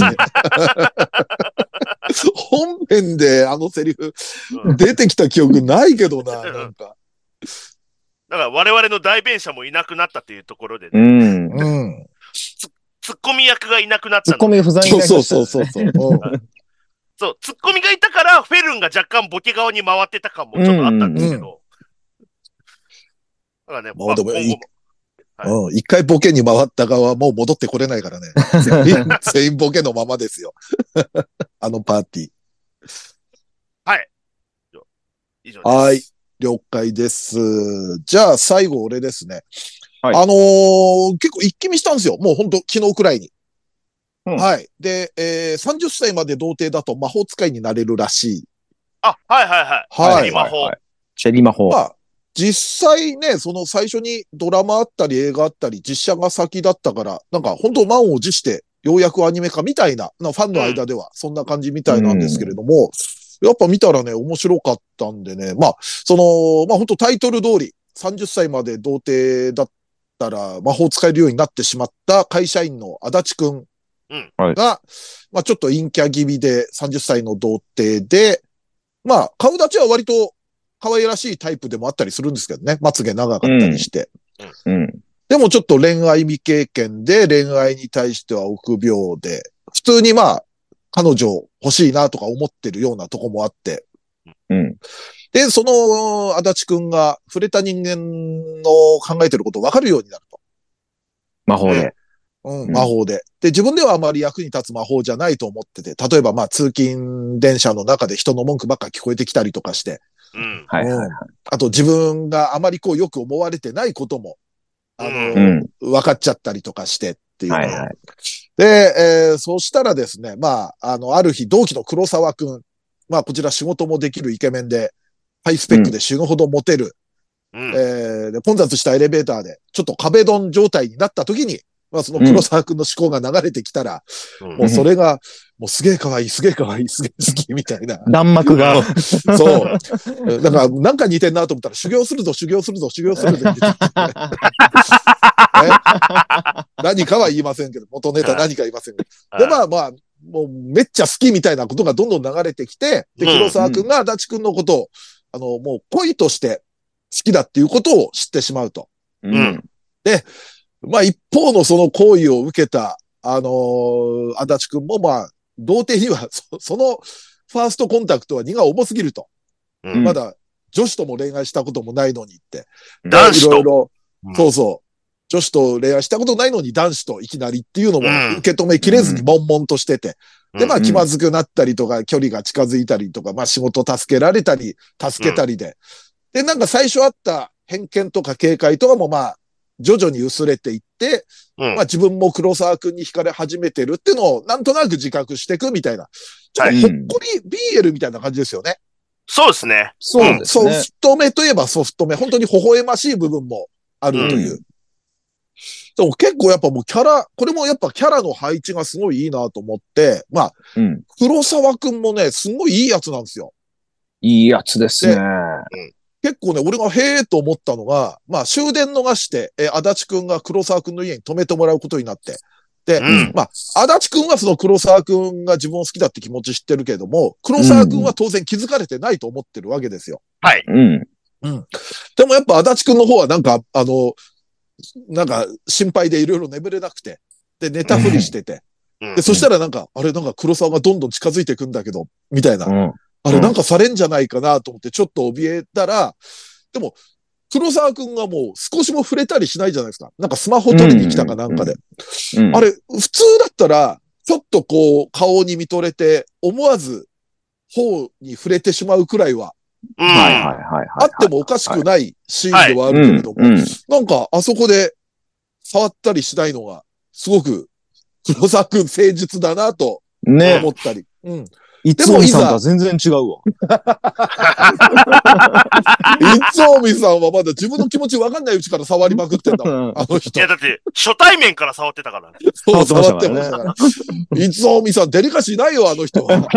本編であのセリフうん出てきた記憶ないけどな、なんか。 だから我々の代弁者もいなくなったっていうところでうね、 ん。 うん。 ツッコミ役がいなくなっツッたので、 コミ不在にそうなりましたそうよねそうそうそう。うんそう、ツッコミがいたから、フェルンが若干ボケ側に回ってた感もちょっとあったんですけど、だからね、まあ、 もうでもい今後も、はいうん。一回ボケに回った側はもう戻ってこれないからね。全員全員ボケのままですよ。あのパーティー。 はい。以上です。 はい。了解です。じゃあ最後俺ですね。 はいあのー結構一気見したんですよ。もうほんと昨日くらいに。 うんはい。で、えー、さんじゅっさいまで童貞だと魔法使いになれるらしい。 あ、はいはいはい。 はいチェリー魔法。 はいチェリー魔法。 まあ、実際ね、その最初にドラマあったり映画あったり実写が先だったから、なんか本当満を持してようやくアニメ化みたいな、なファンの間ではそんな感じみたいなんですけれども、やっぱ見たらね、面白かったんでね、まあ、その、まあ本当タイトル通り、さんじゅっさいまで童貞だったら魔法使えるようになってしまった会社員の足立くんうんはいが、まあちょっと陰キャ気味でさんじゅっさいの童貞で、まあ顔立ちは割と可愛らしいタイプでもあったりするんですけどね。まつげ長かったりして。 うん。 でもちょっと恋愛未経験で恋愛に対しては臆病で、普通にまあ、彼女欲しいなとか思ってるようなとこもあって。 うん。 で、その足立くんが触れた人間の考えてることを分かるようになると。 魔法で。 うん、 うん魔法で。で、自分ではあまり役に立つ魔法じゃないと思ってて、例えばまあ通勤電車の中で人の文句ばっか聞こえてきたりとかして、 うん。 はいはいはい。 あと自分があまりこうよく思われてないことも、あの、 うん。 分かっちゃったりとかしてっていうのをはいはい。 で、えー、そうしたらですね、まあ、あの、ある日、同期の黒沢くん、まあ、こちら仕事もできるイケメンで、ハイスペックで死ぬほどモテる、 うん。 えーで、混雑したエレベーターで、ちょっと壁ドン状態になった時に、まあ、その黒沢くんの思考が流れてきたら、 うんもうそれが、もうすげえ可愛い、すげえ可愛い、すげえ好き、みたいな。 弾幕が。 そう。だから、なんか似てんなと思ったら、修行するぞ、修行するぞ、修行するぞ、みたいなね何かは言いませんけど、元ネタ何か言いませんけど。で、まあまあ、もうめっちゃ好きみたいなことがどんどん流れてきて、で、 うん黒沢くんが足立くんのことを、あの、もう恋として好きだっていうことを知ってしまうと。 うん。 まあ一方のその行為を受けた、あのー足立くんもまあ、童貞にはそ、そのファーストコンタクトは荷が重すぎると。 うんまだ女子とも恋愛したこともないのにって。 男子といろいろ、 うんそうそう。女子と恋愛したことないのに男子といきなりっていうのもうん受け止めきれずに悶々としてて。で、まあうん気まずくなったりとか、距離が近づいたりとか、まあ仕事助けられたり、助けたりで。で、なんか最初あった偏見とか警戒とかもまあ、徐々に薄れていって、 うんまあ自分も黒沢くんに惹かれ始めてるっていうのをなんとなく自覚していくみたいな。ちょっとほっこり ビーエル みたいな感じですよね。 そうですね。 そうですねソフト目といえばソフト目。本当に微笑ましい部分もあるという。 うでも結構やっぱもうキャラ、これもやっぱキャラの配置がすごいいいなと思って、まあ、 うん。 黒沢くんもね、すごいいいやつなんですよ。 いいやつですね。 結構ね、俺がへえと思ったのが、まあ終電逃して、え、足立くんが黒沢くんの家に泊めてもらうことになって、 で、 うん。 まあ、足立くんはその黒沢くんが自分を好きだって気持ち知ってるけれども、黒沢くんは当然気づかれてないと思ってるわけですよ。 はい。 うん。 うん。でもやっぱ足立くんの方はなんか、あの、なんか心配でいろいろ眠れなくて、で、寝たふりしてて、 うんで、そしたらなんか、あれなんか黒沢がどんどん近づいていくんだけど、みたいな。 うん。 あれなんかされんじゃないかなと思ってちょっと怯えたら、でも、黒沢くんがもう少しも触れたりしないじゃないですか。なんかスマホ取りに来たかなんかで。 うん。 あれ、普通だったら、ちょっとこう、顔に見とれて、思わず、頬に触れてしまうくらいは、 うん。 はいはいはいはい。 あってもおかしくないシーンではあるけれども、 うん。うん。 なんか、あそこで触ったりしないのが、すごく、黒沢くん誠実だなとね思ったり。うん。 いつもさんとは全然違うわ。 いつおみさんはまだ自分の気持ち分かんないうちから触りまくってんだもん。あの人。 いや、だって、初対面から触ってたからね。 そう、 触触っててっましかましたたからら。いつおみさん、デリカシーないよ、あの人は。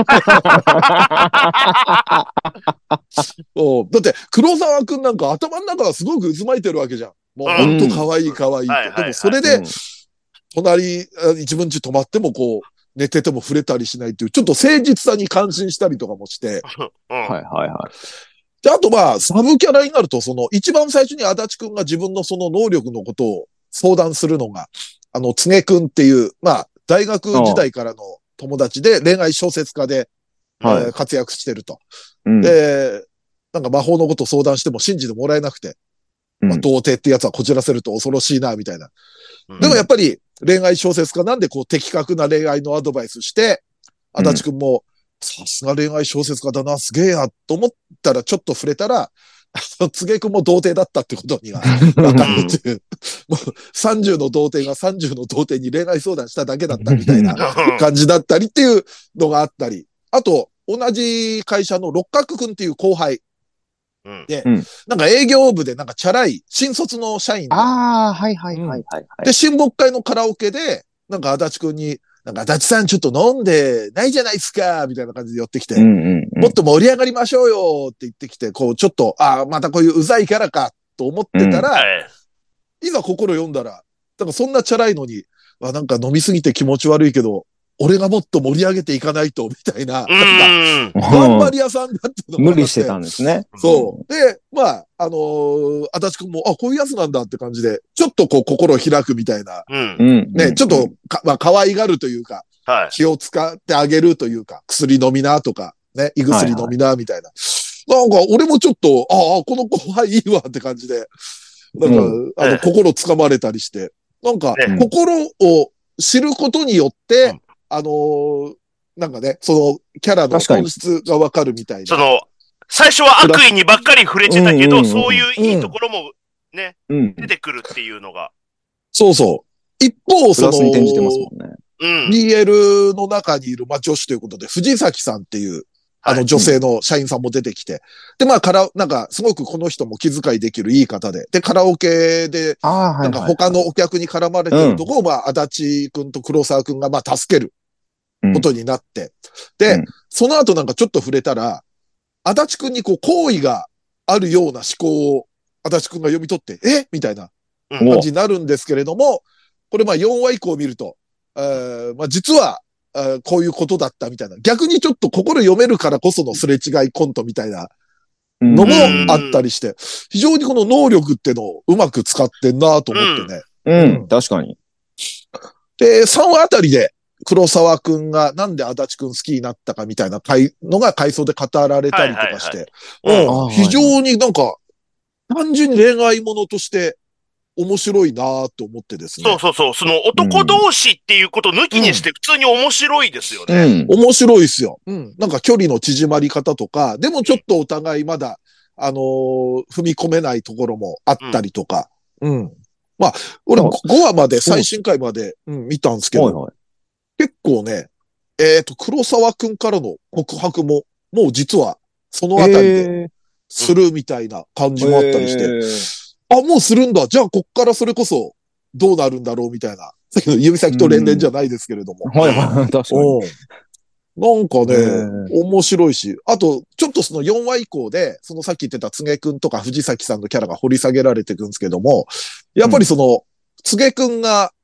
そうだって、黒沢くんなんか頭の中がすごく渦巻いてるわけじゃん。もううんほんと可愛い可愛いって。 はいはいはいでもそれで、隣、あ自分家泊まってもこう、寝てても触れたりしないっていう、ちょっと誠実さに感心したりとかもして。 うん。 はいはいはで、あとまあ、サブキャラになると、その、一番最初に足立くんが自分のその能力のことを相談するのが、あの、つげくんっていう、まあ、大学時代からの友達で恋愛小説家で、 はいえー活躍してると。 い。うん。 で、なんか魔法のことを相談しても信じてもらえなくて、まあ、 うん童貞ってやつはこじらせると恐ろしいな、みたいな。 うんでもやっぱり恋愛小説家なんでこう的確な恋愛のアドバイスして、足立くんも、さすが恋愛小説家だな、すげえや、と思ったらちょっと触れたら、つげくんも童貞だったってことにはわかるっていう。もうさんじゅうの童貞がさんじゅうの童貞に恋愛相談しただけだったみたいな感じだったりっていうのがあったり。あと、同じ会社の六角くんっていう後輩うん。 で、 うんなんか営業部でなんかチャラい新卒の社員でああ、はいはいはいはいはい。 で、親睦会のカラオケで、なんか足立くんに、なんか足立さんちょっと飲んでないじゃないですか、みたいな感じで寄ってきて、 うんうんうん。 もっと盛り上がりましょうよって言ってきて、こうちょっと、ああ、またこういううざいキャラかと思ってたら、 はい。 いざ心読んだら、だからそんなチャラいのに、あなんか飲みすぎて気持ち悪いけど、俺がもっと盛り上げていかないと、みたいな、 うなんか、 ん。 頑張り屋さんだってのが分かって無理してたんですね。 そう。で、まあ、あのー、足立くんも、あ、こういうやつなんだって感じで、ちょっとこう心を開くみたいな、 うん。 うん。 ね、ちょっとか、まあ、可愛がるというか、 はい。 気を使ってあげるというか、薬飲みなとか、ね、胃薬飲みなみたいな。なんか、俺もちょっと、ああ、この後輩いいわって感じで、なんか、 うあの、 ええ心つかまれたりして、なんか、 ね心を知ることによって、 うんあのーなんかね、その、キャラの確かに本質がわかるみたいな。 その、最初は悪意にばっかり触れてたけど、 うんうんうんそういういいところもね、 うん。 出てくるっていうのが。 そうそう。一方、 プその、 ラスに転じてますもんね。 うん。 ビーエル の中にいる、まあ、女子ということで、藤崎さんっていう、あのはい女性の社員さんも出てきて。で、まあ、カラ、なんか、すごくこの人も気遣いできるいい方で。で、カラオケで、 ああ、はい。 なんか他のお客に絡まれてるとこを、まあ、足立くんと黒沢くんが、まあ、助けることになって。で、 うんその後なんかちょっと触れたら、足立くんにこう、好意があるような思考を、足立くんが読み取って、えみたいなうん感じになるんですけれども、これまあよんわ以降見ると、えーまあ実は、えーこういうことだったみたいな。逆にちょっと心読めるからこそのすれ違いコントみたいなうんのもあったりして、非常にこの能力ってのをうまく使ってんなと思ってね。 うん、確かに。 で、さんわあたりで黒沢くんがなんで足立くん好きになったかみたいな回のが回想で語られたりとかして、 はいはいはいうんうん非常になんか単純に恋愛ものとして面白いなと思ってですね。 そうそうそう。その男同士っていうことを抜きにして普通に面白いですようね。 ん。 面白いですよ。うん。なんか距離の縮まり方とか、でもちょっとお互いまだ、あのー踏み込めないところもあったりとか。うん。まあ、俺そうごわまで、最新回まで、うん、見たんですけど、 はいはい。 結構ね、えっ、と、黒沢くんからの告白も、もう実は、そのあたりで、 えするみたいな感じもあったりして、 ーあ、もうするんだ。じゃあ、こっからそれこそ、どうなるんだろうみたいな。さっきの指先と連連じゃないですけれども。 はいはい、確かに。 うん。なんかね、 へ面白いし。あと、ちょっとそのよんわ以降で、そのさっき言ってたつげくんとか藤崎さんのキャラが掘り下げられていくんですけども、やっぱりその、つげくんが、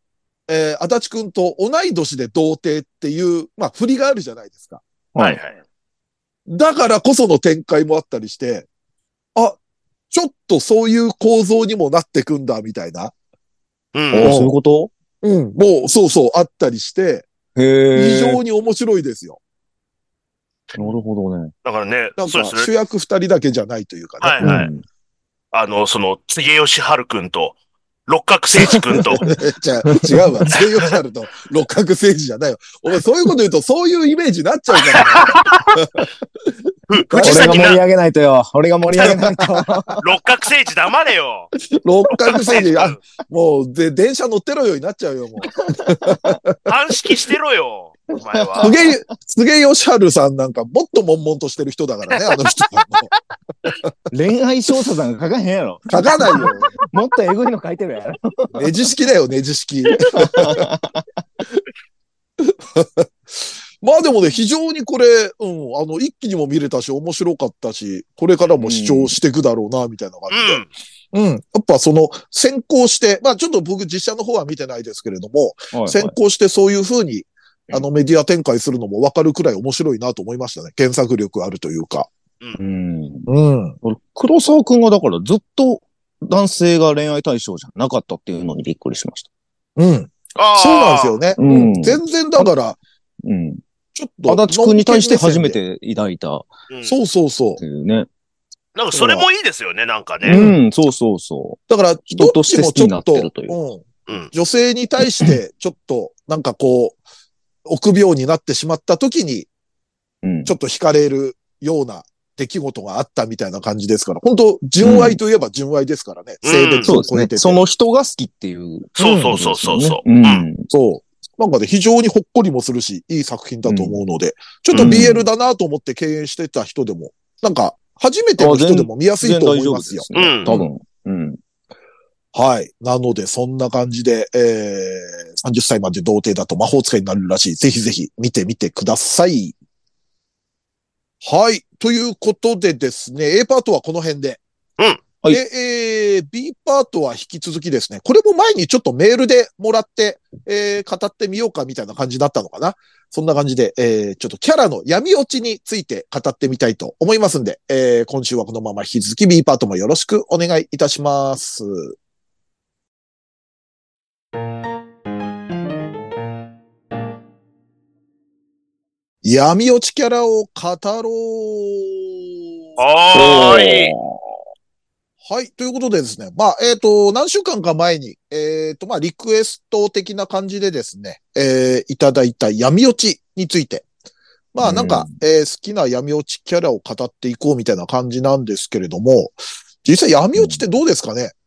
えー、足立くんと同い年で童貞っていう、まあ、振りがあるじゃないですか。 はいはい。 だからこその展開もあったりして、あ、ちょっとそういう構造にもなってくんだ、みたいな。 うん。 ああ、そういうこと？ うん。もう、そうそう、あったりして、 へえ。 非常に面白いですよ。 なるほどね。 だからね、 なんか、 そうですね。 主役二人だけじゃないというかね。 はいはい。 うん、 あの、その、つげよしはるくんと、六角誠治くんと。 じゃあ、違うわ。つげよしあると六角政治じゃないよ。お前、そういうこと言うと、そういうイメージになっちゃうからな。 ふ、藤俺が崎な、 盛り上げないとよ。俺が盛り上げないと。 六角誠治黙れよ。 六角政治、あ六角誠治、 もう、で、電車乗ってろようになっちゃうよ、もう。 鑑識してろよ。お前は。 すげえ、すげえよしはるさんなんか、もっと悶々としてる人だからね、あの人はも恋愛小説なんか書かへんやろ。 う。書かないよ。 もっとエグいの書いてるやろ。 ねじ式だよ、ねじ式。まあでもね、非常にこれ、うん、あの、一気にも見れたし、面白かったし、これからも視聴していくだろうな、みたいな感じで。うん。やっぱその、先行して、まあちょっと僕実写の方は見てないですけれども、 はいはい、 先行してそういう風に、あのメディア展開するのもわかるくらい面白いなと思いましたね。検索力あるというか。 うん。 うん。 俺、黒沢くんがだからずっと男性が恋愛対象じゃなかったっていうのにびっくりしました。 うん。そうなんですよね。うん。全然だから、 うん。 ちょっと。 足立くんに対して初めて抱いた。 うん、そうそうそう。 っていうね。 なんかそれもいいですよね、なんかね。 うん、そうそうそう。 だから、 人として好きになってるという。 うん。女性に対して、ちょっと、なんかこう、臆病になってしまった時に、ちょっと惹かれるような出来事があったみたいな感じですから、本当純愛といえば純愛ですからね。うん、性別を超えてて、 ね。その人が好きっていう。 そうそうそうそうそう。 うん。そう。なんかね、非常にほっこりもするし、いい作品だと思うので、うん、ちょっと ビーエル だなと思って敬遠してた人でも、なんか、初めての人でも見やすいと思いますよ。 うん、多分。うん。 はい。なので、そんな感じで、えー、さんじゅっさいまで童貞だと魔法使いになるらしい。ぜひぜひ見てみてください。はい。ということでですね、A パートはこの辺で。 うん。 はい。で、えー、B パートは引き続きですね、これも前にちょっとメールでもらって、えー、語ってみようかみたいな感じだったのかな。そんな感じで、えー、ちょっとキャラの闇落ちについて語ってみたいと思いますんで、えー、今週はこのまま引き続き B パートもよろしくお願いいたします。闇落ちキャラを語ろう。 はーい。 はい。ということでですね。まあ、えっと、何週間か前に、えっと、まあ、リクエスト的な感じでですね、えー、いただいた闇落ちについて。まあ、なんか、うん、えー、好きな闇落ちキャラを語っていこうみたいな感じなんですけれども、実際闇落ちってどうですかね？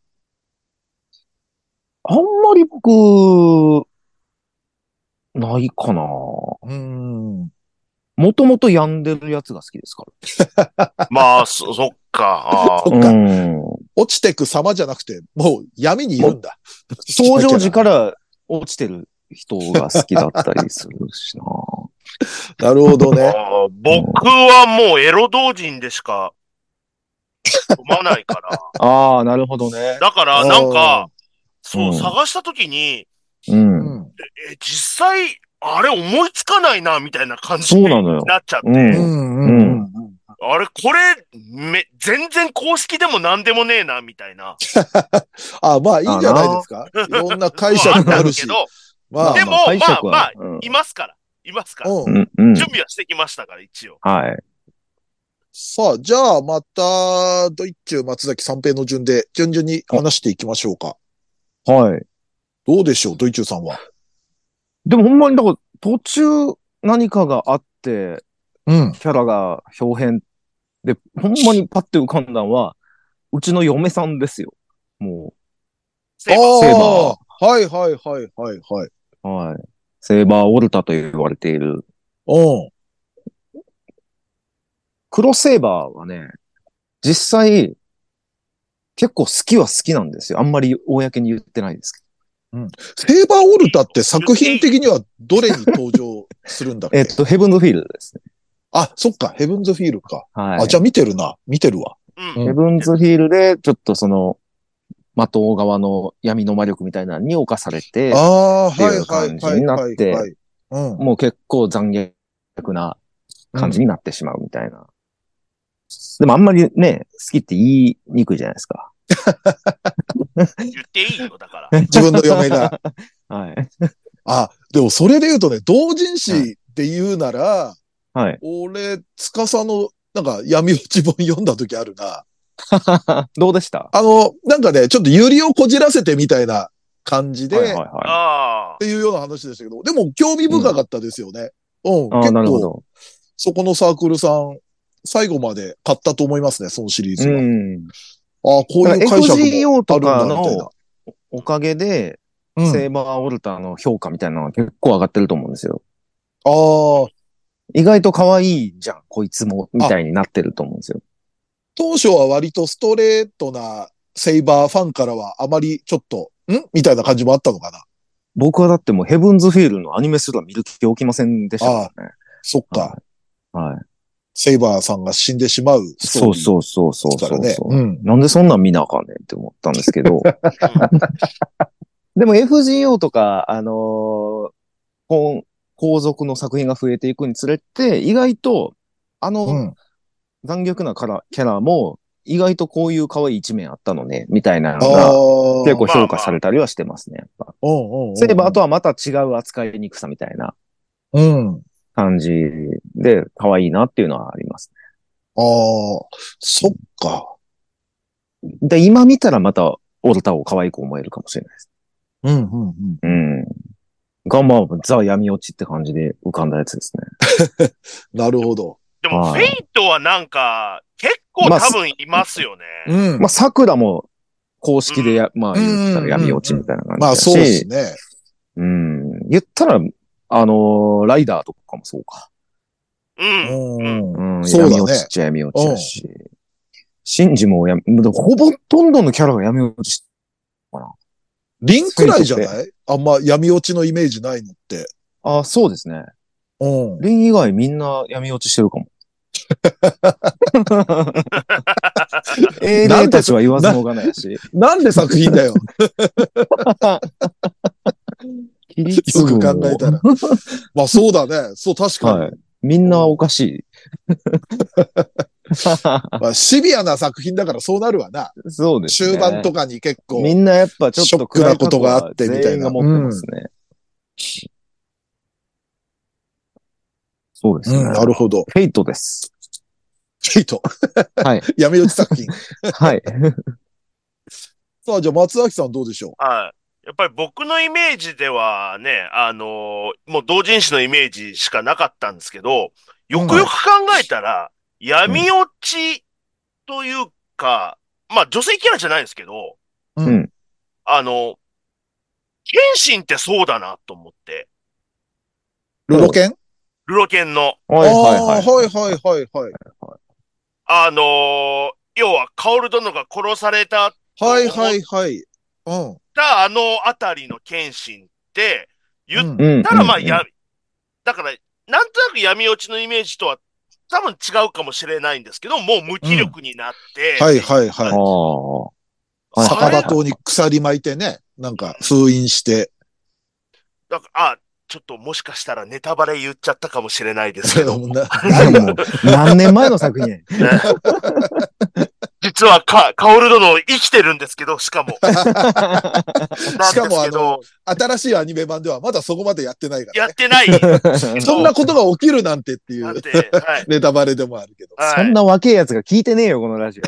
あんまり僕、ないかな。 うーん。 もともと病んでるやつが好きですから。まあ、そ、そっか。 そっか。落ちてく様じゃなくて、もう闇にいるんだ。 登場時から落ちてる人が好きだったりするしな。 なるほどね。 僕はもうエロ同人でしか読まないから。 ああ、なるほどね。 だから、なんか、そう、うん、探したときに、 うん、 え、実際、あれ思いつかないな、みたいな感じになっちゃって。あれ、これ、め、全然公式でも何でもねえな、みたいな。 あ、まあいいんじゃないですか。いろんな解釈があるし。 まあ、でも、まあまあ、まあ、いますから。いますから。うん、準備はしてきましたから、一応。 はい。 さあ、じゃあ、また、ドイッチュー松崎三平の順で、順々に話していきましょうか。 はい。 どうでしょう、ドイッチューさんは。 でもほんまに、だから、途中何かがあって、 うん。 キャラが表変で、ほんまにパッて浮かんだのは、うちの嫁さんですよ。もう。 セーバー。セーバー。はいはいはいはいはい。 はい。セーバーオルタと言われている。 うん。 黒セーバーはね、実際、結構好きは好きなんですよ。あんまり公に言ってないですけど。うん。セーバーオルタって作品的にはどれに登場するんだっけ？ えっと、ヘブンズフィールドですね。 あ、そっか、ヘブンズフィールか。 はい。 あ、じゃあ見てるな。見てるわ。 うん、ヘブンズフィールで、ちょっとその、 的側の闇の魔力みたいなのに侵されて、 ああ、 ってはいいうはい感じはいはになっていはい。うん。 もう結構残虐な感じになってしまうみたいな。でもあんまりね、好きって言いにくいじゃないですか。 言っていいよ、だから。 自分の嫁が。 はい。 あ、でもそれで言うとね、同人誌って言うなら、 はい。 俺、つかさの、なんか闇落ち本読んだ時あるな。 どうでした？ あの、なんかね、ちょっとユリをこじらせてみたいな感じで、 はいはいはああ。 っていうような話でしたけど、でも興味深かったですよね。うん、 い。ああ、 結構、 なるほど。 そこのサークルさん、最後まで買ったと思いますね、そのシリーズは。 うん。 ああ、こういう解釈エフジーオーもあとかるんだ、みたいな。 のおかげで、 うん。 セーバーオルターの評価みたいなのは結構上がってると思うんですよ。 ああ、 意外と可愛いじゃん、こいつも、みたいになってると思うんですよ。 当初は割とストレートなセイバーファンからはあまりちょっと、んみたいな感じもあったのかな。 僕はだってもうヘブンズフィールのアニメすら見る気起きませんでしたからね。 そっか。 はい。はい。 セイバーさんが死んでしまうストーリー。 そうそうそうそうですからねそう、 うんなんでそんなん見なあかんねんって思ったんですけど。でも エフジーオー とか、あのーこう後続の作品が増えていくにつれて、意外と、あうのん。 残虐なキャラキャラも、意外とこういう可愛い一面あったのね、みたいなあのが、 あ。 結構評価されたりはしてますね、やっぱ。 うんうんうん。 セイバーとはまた違う扱いにくさみたいなうん。 感じで、可愛いなっていうのはありますああ、そっか。 ね。で、今見たらまた、オルタを可愛く思えるかもしれないです。 うんうんうん。 うん。が、まあ、ザ闇落ちって感じで浮かんだやつですね。 なるほど。 でも、フェはいイトはなんか、結構まあ多分いますよね。 うん。 まあ、桜も公式でや、まあ、 うん言ったら闇落ちみたいな感じまあだし、 そうですね。 うん。言ったら、あのーライダーとかもそうか。 うん。うん。 うん。 そうだね闇落ちっちゃ闇落ちだし。シンジもや、ほぼとんどのキャラが闇落ちしリンくらいじゃないあんま闇落ちのイメージないのって。 あ、そうですね。 うん。 リン以外みんな闇落ちしてるかも。英霊たちは言わずもがなやし。 なんで作品だよ。 よよく考えたら。まあそうだね。そう、確かに。 はい。みんなおかしい。 まあ、シビアな作品だからそうなるわな。 そうですね。 終盤とかに結構。 みんなやっぱちょっとショックなことがあってみたいな全員が持ってますね。そうですね。 うん、なるほど。 フェイトです。 フェイト。 はい。 闇落ち作品。 はい。 さあ、じゃあ松崎さんどうでしょはい。やっぱり僕のイメージではね、あのーもう同人誌のイメージしかなかったんですけど、よくよく考えたら、闇落ちというか、まあ女性キャラじゃないんですけど、 う。 うん。 あの、剣心ってそうだなと思って、 ルロケンルロケンの、 はいはいはい。 ああー、はいはいはいはい。 あのー要は、カオル殿が殺されたとはい思っはいはい。うん。 たあのあたりの剣心って、言っうんうん。 たらまあ、 うんや、だから、なんとなく闇落ちのイメージとは多分違うかもしれないんですけど、もう無気力になって、 はいはいはい。 ああ。はい酒場島に鎖巻いてね、なんか封印して。 だからあ、ちょっともしかしたらネタバレ言っちゃったかもしれないですけど、 なでも、何年前の作品やねん。 実はか、カオル殿生きてるんですけど、しかも。 しなんかですもあのけど、、 新しいアニメ版ではまだそこまでやってないからね。 やってない。 そんなことが起きるなんてっていうなんて、はい。 ネタバレでもあるけど。 はいそんな若えやつが聞いてねえよ、このラジ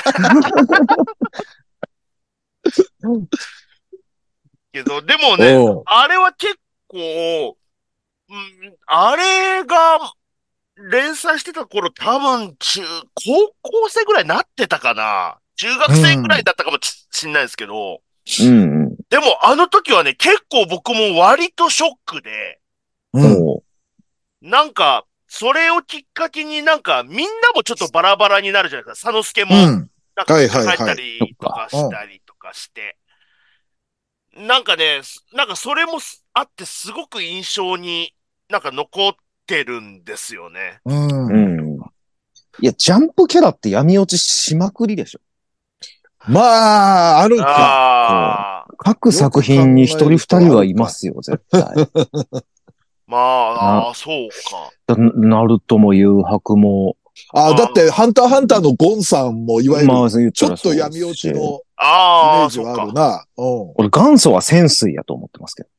けど、でもね、 おうあれは結構、うん、あれが連載してた頃多分中、高校生ぐらいになってたかな。中学生ぐらいだったかもししんないですけど、 オ。うんうん。 でもあの時はね、結構僕も割とショックで、 うん。 おうなんか、それをきっかけになんか、みんなもちょっとバラバラになるじゃないですか。佐之助も、 うん。 なんか、 はいはいはい帰ったりとかしたりとかして。なんかね、すなんかそれもすあってすごく印象になんか残ってるんですよね。 うん。 うん。いや、ジャンプキャラって闇落ちしまくりでしょ。 まあ、あるか。 ああ。 各作品に一人二人はいますよ、絶対。 まあ、ああ、そうか。 だナルトも誘白も。 ああ、だって、ハンターハンターのゴンさんも、いわゆまあ言っる、ちょっとたらそうですし闇落ちのイメああ、 ージはあそうか。 るな。うん。 俺元祖は潜水やと思ってますけど。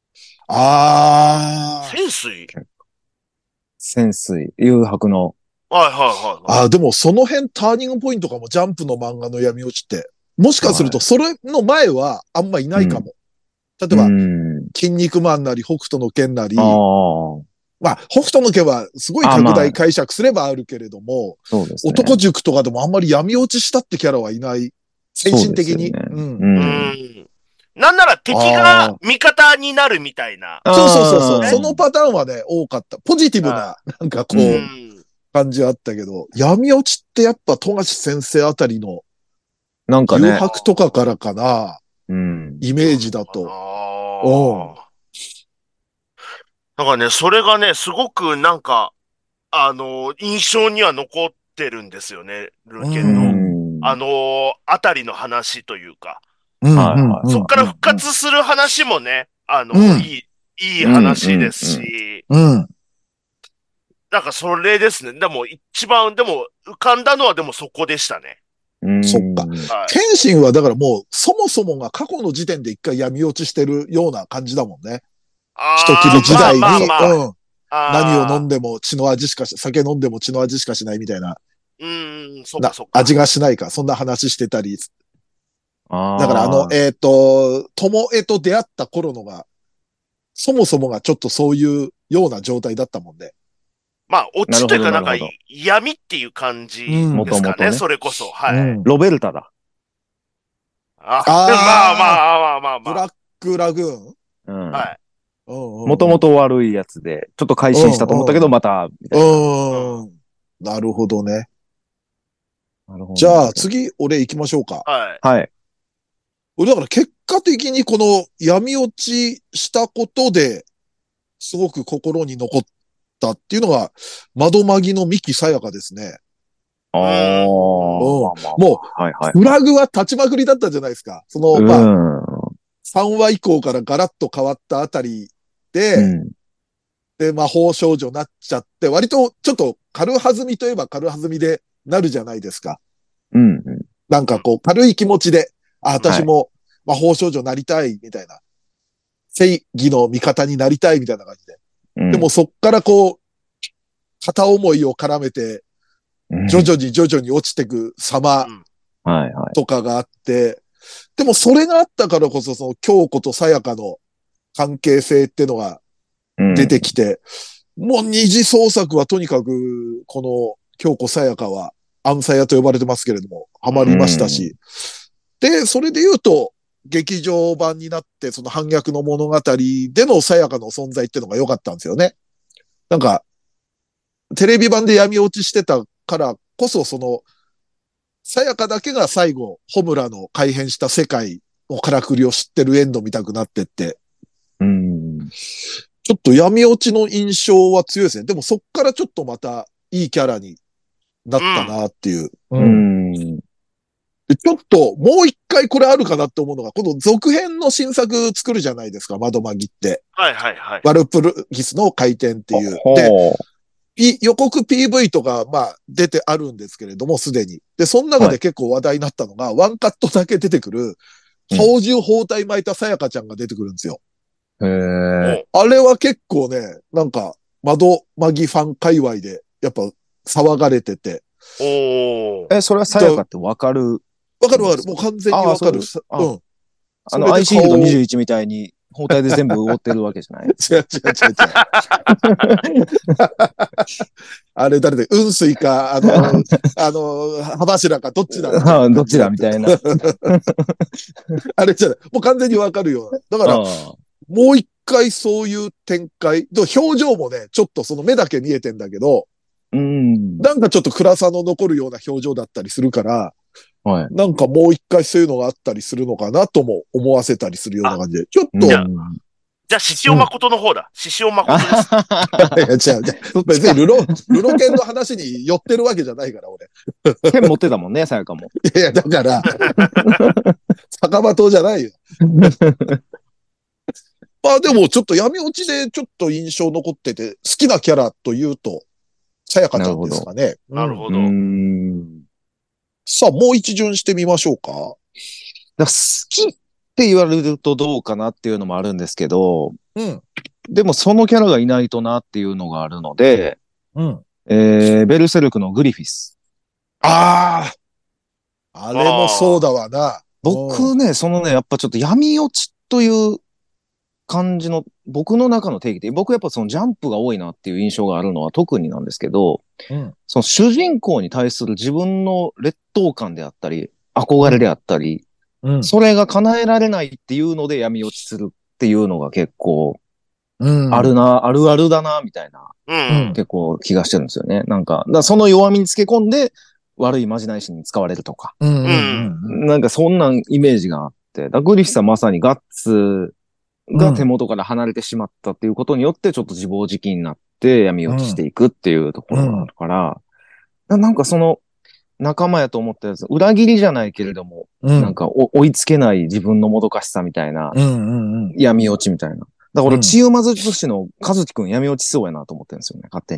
あ潜水潜水、誘白の。 はいはいはいあ。 はい。 ああ、でもその辺ターニングポイントかも、ジャンプの漫画の闇落ちって。もしかすると、 はいそれの前はあんまいないかも。例えうば、 ん。 筋肉マンなり、北斗の拳なり、 ああ、 まあ、北斗の拳はすごい拡あまあ大解釈すればあるけれども、 そうですね。 男塾とかでもあんまり闇落ちしたってキャラはいない。精神的に。 そうですよねうん。 う。 うんん。なんなら敵がああ。 味方になるみたいな。 そうそうそうそう。 あーそのパターンはね、多かった。ポジティブなあ、 なんかこうう、 うん。 感じあったけど、闇落ちってやっぱ富樫先生あたりの誘なんかね。 白とかからかな、 うん。 イメージだと。うん。 ああ。なんかね、それがね、すごくなんか、あの、印象には残ってるんですよね。ルケうンの、 ん。 あの、あたりの話というか。 うん、 はいはいうん、 そっから復活する話もね、あの、 うんいい、いい話ですうんうんし、 うん。 なんかそれですね。でも一番、でも浮かんだのはでもそこでしたね。 うん。 そっか。 はい。 謙信はだからもう、そもそもが過去の時点で一回闇落ちしてるような感じだもんね。人切ああ、 り時代に、 まあまあまあ。 うん。何を飲んああ、 でも血の味しかし、酒飲んでも血の味しかしないみたいな、 うーん、そっかな、 そっか。 味がしないか、そんな話してたり。だからあの、 ああ。 えっ、と、友江と出会った頃のが、そもそもがちょっとそういうような状態だったもんね。 まあ、オなるほど、 チというかなんかなるほど。 闇っていう感じうんもですかね。 ともとね。 それこそ。はい。 うん。 ロベルタだ。 あ、まあまああ、 あまあまあまブラックラグーン。 うんあ。はい。 うんうんもともと悪いやつで、ちょっと改心したと思ったけど、また、みたいな。 うん。うん。なるほどね。 なるほど。 じゃあ次、俺行きましょうか。 はい。 はい。 俺だから結果的にこの闇落ちしたことで、すごく心に残ったっていうのが、窓マギの三木さやかですね。 ああ、 うんまあまあ。 もはいはい。 フラグは立ちまくりだったじゃないですか。その、 うまあ、 ん。 さんわ以降からガラッと変わったあたりで、 うん。 で、魔法少女になっちゃって、割とちょっと軽はずみといえば軽はずみでなるじゃないですか。 うん。 なんかこう、軽い気持ちで、あ、私も魔法少女になりたい、みたいな。正義の味方になりたい、みたいな感じで。 うん。 でもそっからこう、片思いを絡めて、 うん、 徐々に徐々に落ちてく様うんはいはい。 とかがあって、でもそれがあったからこそ、その京子とさやかの関係性っていうのがうん出てきて、もう二次創作はとにかく、この京子さやかは、アンサヤと呼ばれてますけれども、ハマりましたし。で、それで言うと、劇場版になって、その反逆の物語でのさやかの存在っていうのが良かったんですよね。なんか、テレビ版で闇落ちしてたからこそ、その、さやかだけが最後、ホムラの改変した世界のからくりを知ってるエンド見たくなってって、 うん。 ちょっと闇落ちの印象は強いですね。でもそっからちょっとまたいいキャラになったなっていう。 ううんん。 でちょっともう一回これあるかなって思うのが、この続編の新作作るじゃないですか、窓マギって。 はいはいはい。 ワルプルギスの回転っていう。 ほうで、P、予告 ピーブイ とか、まあ、出てあるんですけれども、すでに。で、その中で結構話題になったのが、ワンカットだけ出てくる、 うん宝珠包帯巻いたさやかちゃんが出てくるんですよ。 へえ。 あれは結構ね、なんか、窓マギファン界隈で、やっぱ、騒がれてて。 おー。 え、それはさやかってわかる？ わかるわかる。もう完全にわかる。 あそうあうん。 あの、アイシールドにじゅういちみたいに、包帯で全部覆ってるわけじゃない。 違う違う違う違う。あれ誰で、雲水か、あの、あの、歯柱か、どっちだあどっちだみたいな。 あれじゃない。もう完全にわかるよ。だから、 あもう一回そういう展開。でも表情もね、ちょっとその目だけ見えてんだけど、 うん。 なんかちょっと暗さの残るような表情だったりするから、 はい。 なんかもう一回そういうのがあったりするのかなとも思わせたりするような感じで。ちょっとじゃあじゃあ、獅子王誠の方だ。獅子王誠です。 いや、違う、違う。別にルロ、ルロケンの話に寄ってるわけじゃないから、俺。 剣持ってたもんね、さやかも。 いや、だから、酒場島じゃないよ。まあでも、ちょっと闇落ちでちょっと印象残ってて、好きなキャラというと、さやかちゃんですかね。 なるほど。 うん。 さあ、もう一巡してみましょうか。 だ好きって言われるとどうかなっていうのもあるんですけど、 うん。 でもそのキャラがいないとなっていうのがあるので、 うん。 えー、ベルセルクのグリフィス。 ああ、あれもそうだわな。 僕ね、そのね、やっぱちょっと闇落ちという感じの、僕の中の定義で、僕やっぱそのジャンプが多いなっていう印象があるのは特になんですけど、 うん、 その主人公に対する自分の劣等感であったり、憧れであったり、 うん、 それが叶えられないっていうので闇落ちするっていうのが結構、 うん、 あるな、あるあるだな、みたいな、 うん。 結構気がしてるんですよね。なんか、だからその弱みにつけ込んで、悪いまじないしに使われるとか。 うん、 ううん、 なんかそんなイメージがあって、だグリフィスはまさにガッツが手元から離れてしまったっていうことによって、ちょっと自暴自棄になって闇落ちしていくっていうところがあるから、ななんかその仲間やと思ったやつ、裏切りじゃないけれども、 うん、 なんか追いつけない自分のもどかしさみたいな、 うん、うん、 闇落ちみたいな。だから俺、千代魔術師の和樹くん闇落ちそうやなと思ってるんですよね、勝手に。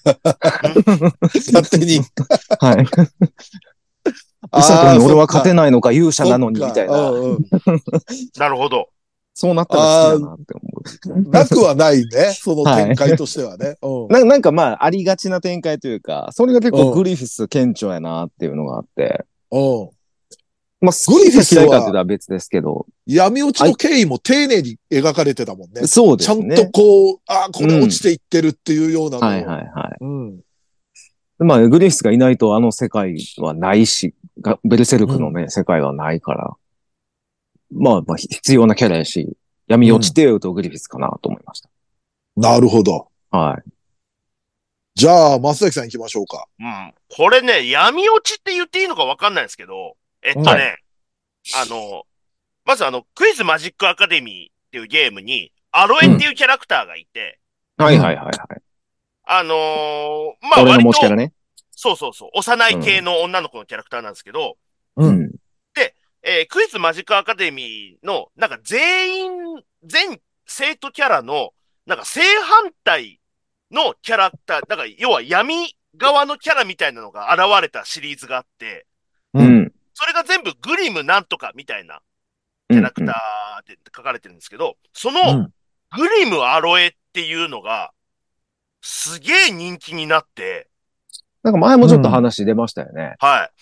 勝手に。 はい。うさこに俺は勝てないのか勇者なのに、みたいな。 うんうん、 なるほど。 そうなったら好きだなって思う。 なくはないね、その展開としてはね。 はい、ななんかまあ、ありがちな展開というか、それが結構グリフィス顕著やなっていうのがあって。 うんまあ、グリフィス嫌いかっていうのは別ですけど。 闇落ちの経緯も丁寧に描かれてたもんね。 そうですね。 ちゃんとこう、ああ、これ落ちていってるっていうようなの、 うん、はいはいはい。 うん、 まあ、グリフィスがいないとあの世界はないし、ベルセルクのね、うん、世界はないから。まあ、まあ、必要なキャラやし、闇落ちて言うとグリフィスかなと思いました。 うん、なるほど。 はい。 じゃあ、松崎さん行きましょうか。 うん。これね、闇落ちって言っていいのかわかんないんですけど、えっとね、はい、あの、まずあの、クイズマジックアカデミーっていうゲームに、アロエっていうキャラクターがいて、 うん、はいはいはいはい。 あのー、まあ割と、 ね、 そうそうそう、幼い系の女の子のキャラクターなんですけど、 うん。 で、えー、クイズマジックアカデミーの、なんか全員、全生徒キャラの、なんか正反対のキャラクター、だから要は闇側のキャラみたいなのが現れたシリーズがあって、 うん。 それが全部グリムなんとかみたいなキャラクターで書かれてるんですけど、そのグリムアロエっていうのがすげえ人気になって、 なんか前もちょっと話出ましたよね。 うん、はい。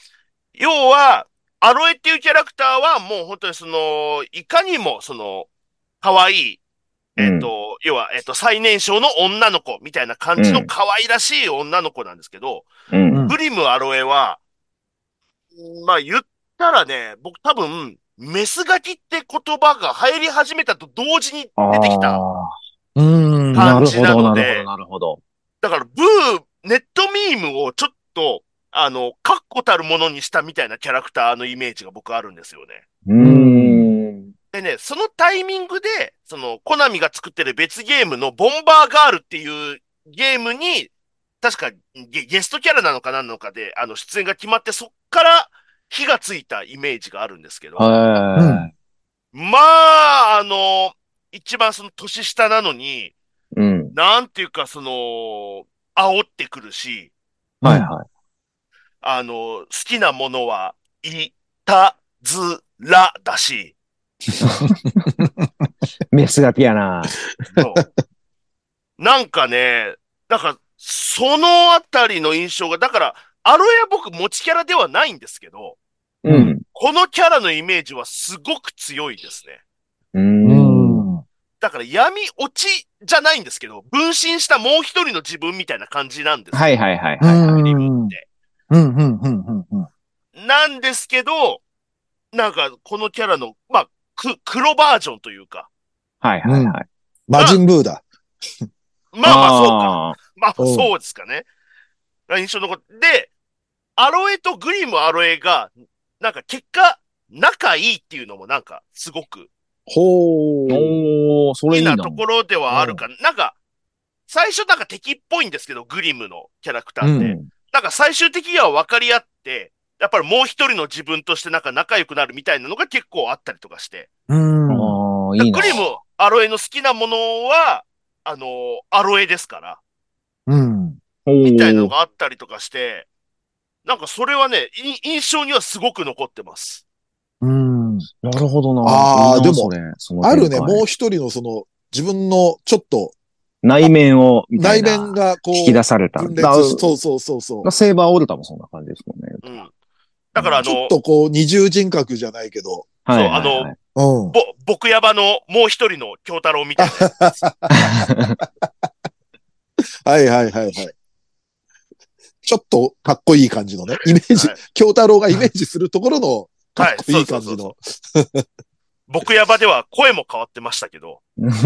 要は、アロエっていうキャラクターはもう本当にその、いかにもその、可愛い、えっ、ー、と、うん、要は、えっ、ー、と、最年少の女の子みたいな感じの可愛らしい女の子なんですけど、うん、グリムアロエは、まあ言ったらね、僕多分、メスガキって言葉が入り始めたと同時に出てきた感じなので、 なるほど、なるほど、なるほど。 だから、ブー、ネットミームをちょっと、あの、確固たるものにしたみたいなキャラクターのイメージが僕あるんですよね。 うーん。 でね、そのタイミングで、その、コナミが作ってる別ゲームのボンバーガールっていうゲームに、確かゲ、ゲストキャラなのか何なのかで、あの、出演が決まって、そっから火がついたイメージがあるんですけど。 はい。 まあ、あの、一番その年下なのに、 うん。 なんていうか、その、煽ってくるし、 はいはい。 あの、好きなものは、いたずらだし。 メスガキやな。 なんかね、なんか、そのあたりの印象が、だから、アロエは僕持ちキャラではないんですけど、 うん。 このキャラのイメージはすごく強いですね。 うん。 だから闇落ちじゃないんですけど、分身したもう一人の自分みたいな感じなんですよ。 はいはいはいはい、はい。 リムって。 うんうんうんうんうん。 なんですけど、なんかこのキャラの、まあ、く、黒バージョンというか。 はいはいはい。 魔人ブーだ。 まあまあそうか。まあそうですかね。印象のこと。で、アロエとグリムアロエが、なんか結果、仲いいっていうのもなんか、すごくほー。 おー、それいいな。 好きなところではあるかな。なんか、最初なんか敵っぽいんですけど、グリムのキャラクターって。 うん。 なんか最終的には分かり合って、やっぱりもう一人の自分としてなんか仲良くなるみたいなのが結構あったりとかして。 うん。 ああ、いいな。 グリム、アロエの好きなものは、あの、アロエですから、 うん。 みたいなのおー。 があったりとかして、なんかそれはね、い印象にはすごく残ってます。 うん。 なるほどな。 ああ、 いいな、 でも、 それ。そのあるね、 展開。 もう一人のその、自分のちょっと、 内面を、みたい内面な。 が引きこう、 出された。だ分裂し、そうそうそうそう。 セーバーオルタもそんな感じですもんね。 うん。だからあちょっの、 とこう、二重人格じゃないけど、 はいそう、あの、 はいはい。 うん。 ぼ、僕ヤバのもう一人の京太郎みたいなやつです。 はいはいはいはい。ちょっとかっこいい感じのね、イメージ、 はい。 京太郎がイメージするところのかっはい、 こいそうい感じの。 そうそうそう。僕ヤバでは声も変わってましたけど、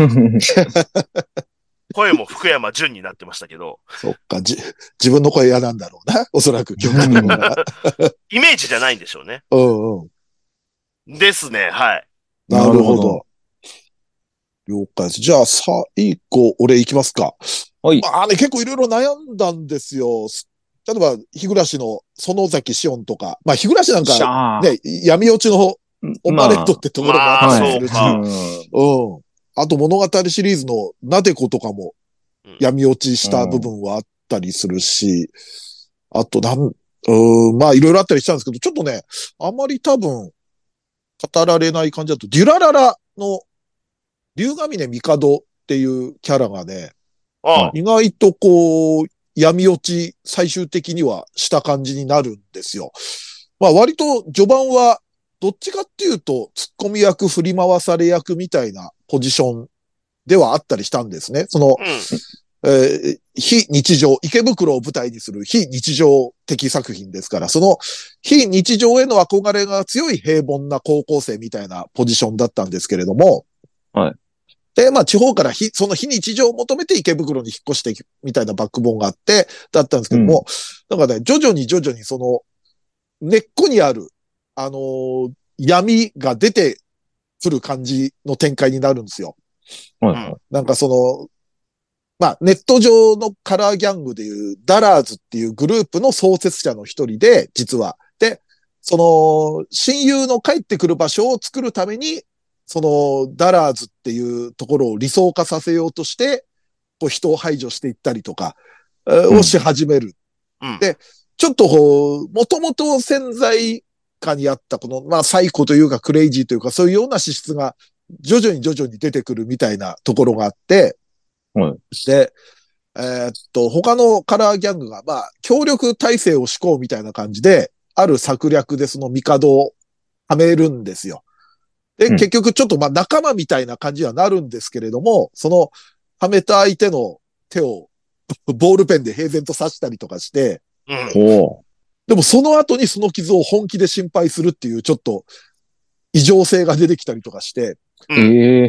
声も福山潤になってましたけど、 そっか、じ、自分の声嫌なんだろうな。おそらく京太郎が。 イメージじゃないんでしょうね。 うんうん。 ですね、はい。 なるほど。了解です。じゃあ、最後、俺行きますか。 はい。 まあね、結構いろいろ悩んだんですよ。例えば、日暮の園崎紫音とか、まあ、日暮なんかしゃー。 ね、闇落ちのオンパレードってところもあまあ、 ったりするし、 そうか。 うん。あと物語シリーズのなでことかも闇落ちした部分はあったりするし、あとなん、うん、まあいろいろあったりしたんですけど、ちょっとね、あまり多分語られない感じだと、デュラララの龍ヶ峰帝っていうキャラがね、 ああ、 意外とこう、闇落ち最終的にはした感じになるんですよ。まあ割と序盤はどっちかっていうと、ツッコミ役、振り回され役みたいなポジションではあったりしたんですね。その、 うん。 えー非日常、池袋を舞台にする非日常的作品ですから、その非日常への憧れが強い平凡な高校生みたいなポジションだったんですけれども、 はい。 で、まあ地方から非、その非日常を求めて池袋に引っ越していくみたいなバックボーンがあって、だったんですけども、うん、なんかね、徐々に徐々にその根っこにある、あのー、闇が出てくる感じの展開になるんですよ。 はいはい。 なんかその、まあ、ネット上のカラーギャングでいうダラーズっていうグループの創設者の一人で、実は。で、その、親友の帰ってくる場所を作るために、その、ダラーズっていうところを理想化させようとして、こう人を排除していったりとか、をし始める。 うん、 で、ちょっとこう、もともと潜在下にあったこの、まあ、サイコというかクレイジーというか、そういうような資質が徐々に徐々に出てくるみたいなところがあって、 はい。 で、えーっと、他のカラーギャングが、まあ、協力体制を施行みたいな感じで、ある策略でその帝をはめるんですよ。で、 うん、 結局ちょっとまあ仲間みたいな感じはなるんですけれども、そのはめた相手の手をボールペンで平然と刺したりとかして、 うん、 でもその後にその傷を本気で心配するっていうちょっと異常性が出てきたりとかして、 うん、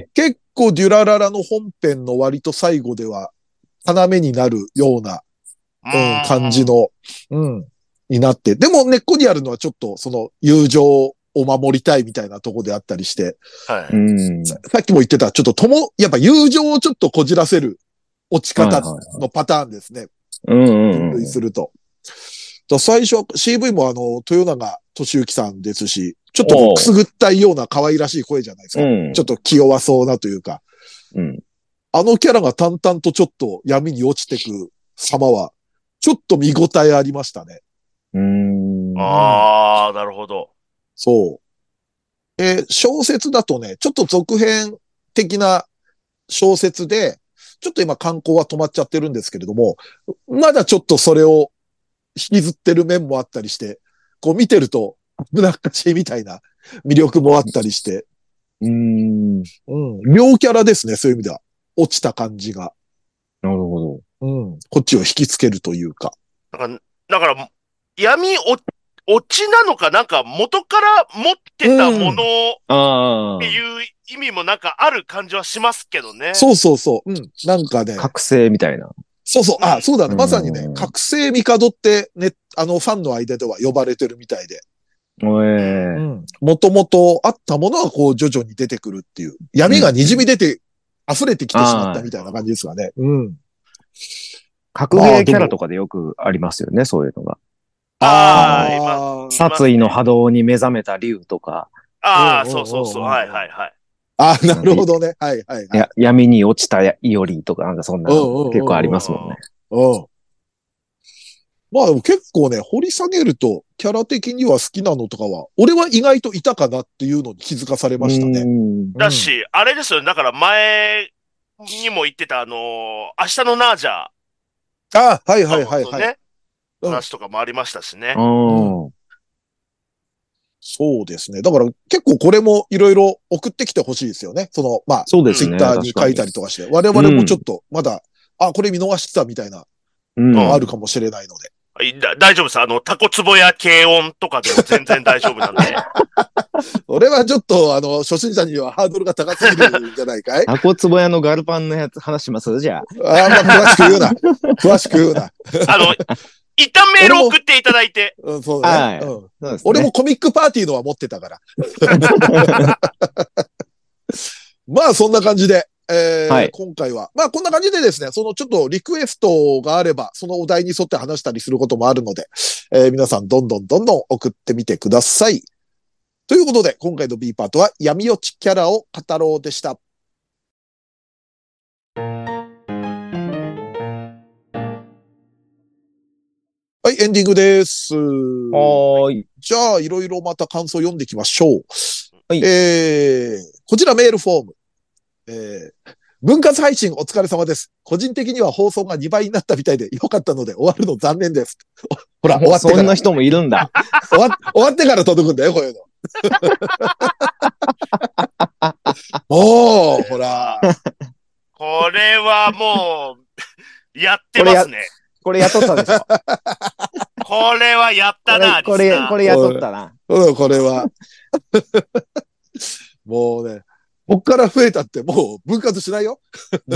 結構デュラララの本編の割と最後では要になるような、うん、感じの、うん、になって。でも根っこにあるのはちょっとその友情を守りたいみたいなとこであったりして。 はい。 うん、 さ, さっきも言ってた、ちょっととも、やっぱ友情をちょっとこじらせる落ち方のパターンですね。 うんうんうん。すると。最初、シーブイ もあの、豊永俊之さんですし、ちょっとくすぐったいような可愛らしい声じゃないですか。うん、ちょっと気弱そうなというか。 うん、 あのキャラが淡々とちょっと闇に落ちてく様は、ちょっと見応えありましたね。 うーん。 ああ、なるほど。 そう。えー、小説だとね、ちょっと続編的な小説で、ちょっと今観光は止まっちゃってるんですけれども、まだちょっとそれを引きずってる面もあったりして、こう見てると危なっかしいみたいな魅力もあったりして。 うーん。 うん。両キャラですね、そういう意味では。落ちた感じが。 なるほど。 うん。こっちを引きつけるというか。 だから、だから闇落落ちなのか、なんか元から持ってたものっていう意味もなんかある感じはしますけどね。 そうそうそう。うん。なんかね。 覚醒みたいな。 そうそう。あ、そうだね。まさにね、覚醒帝ってね、あのファンの間では呼ばれてるみたいで。 ええうん。もともとあったものがこう徐々に出てくるっていう。闇が滲み出て、溢れてきてしまったみたいな感じですかね。うん。 格ゲーキャラとかでよくありますよね、そういうのが。 ああ、今、 ああ。 殺意の波動に目覚めた竜とか。 ああ、そうそうそう。はいはいはい。 ああ、なるほどね。はいはいはい。 いや、闇に落ちたイオリとか、なんかそんなの結構ありますもんね。 うん。まあでも結構ね、掘り下げると、キャラ的には好きなのとかは、俺は意外といたかなっていうのに気づかされましたね。 だし、あれですよね。だから前にも言ってた、あのー、明日のナージャー。ああ、はいはいはいはい。 ね。話とかもありましたしね。 うん。そうですね。だから結構これもいろいろ送ってきてほしいですよね。その、まあ、 そうですね。 ツイッターに書いたりとかして、我々もちょっとまだ、うん、あ、これ見逃してたみたいなのあるかもしれないので。 だ大丈夫です。あの、タコツボや軽音とかでも全然大丈夫なんで。 俺はちょっと、あの、初心者にはハードルが高すぎるんじゃないかいタコツボ屋のガルパンのやつ話しますじゃあ。あんま詳しく言うな。詳しく言うな。 あの、一旦メール送っていただいて。 うん、そうね。はい、うんね、俺もコミックパーティーのは持ってたから。まあ、そんな感じで。えーはい、今回は。まあこんな感じでですね、そのちょっとリクエストがあれば、そのお題に沿って話したりすることもあるので、えー、皆さんどんどんどんどん送ってみてください。ということで、今回の B パートは闇落ちキャラを語ろうでした。はい、エンディングです。 はい。 じゃあ、いろいろまた感想を読んでいきましょう。はい、えー、こちらメールフォーム。えー、分割配信お疲れ様です。個人的には放送がにばいになったみたいでよかったので終わるの残念です。ほら、終わってから。 そんな人もいるんだ。 終わ終わってから届くんだよ、こういうの。もう、ほら。 これはもう、やってますね。 これやっとったでしょ。 これはやったな、 これ、これ、これやっとったな。 うん、これは。もうね。こっから増えたってもう分割しないよ。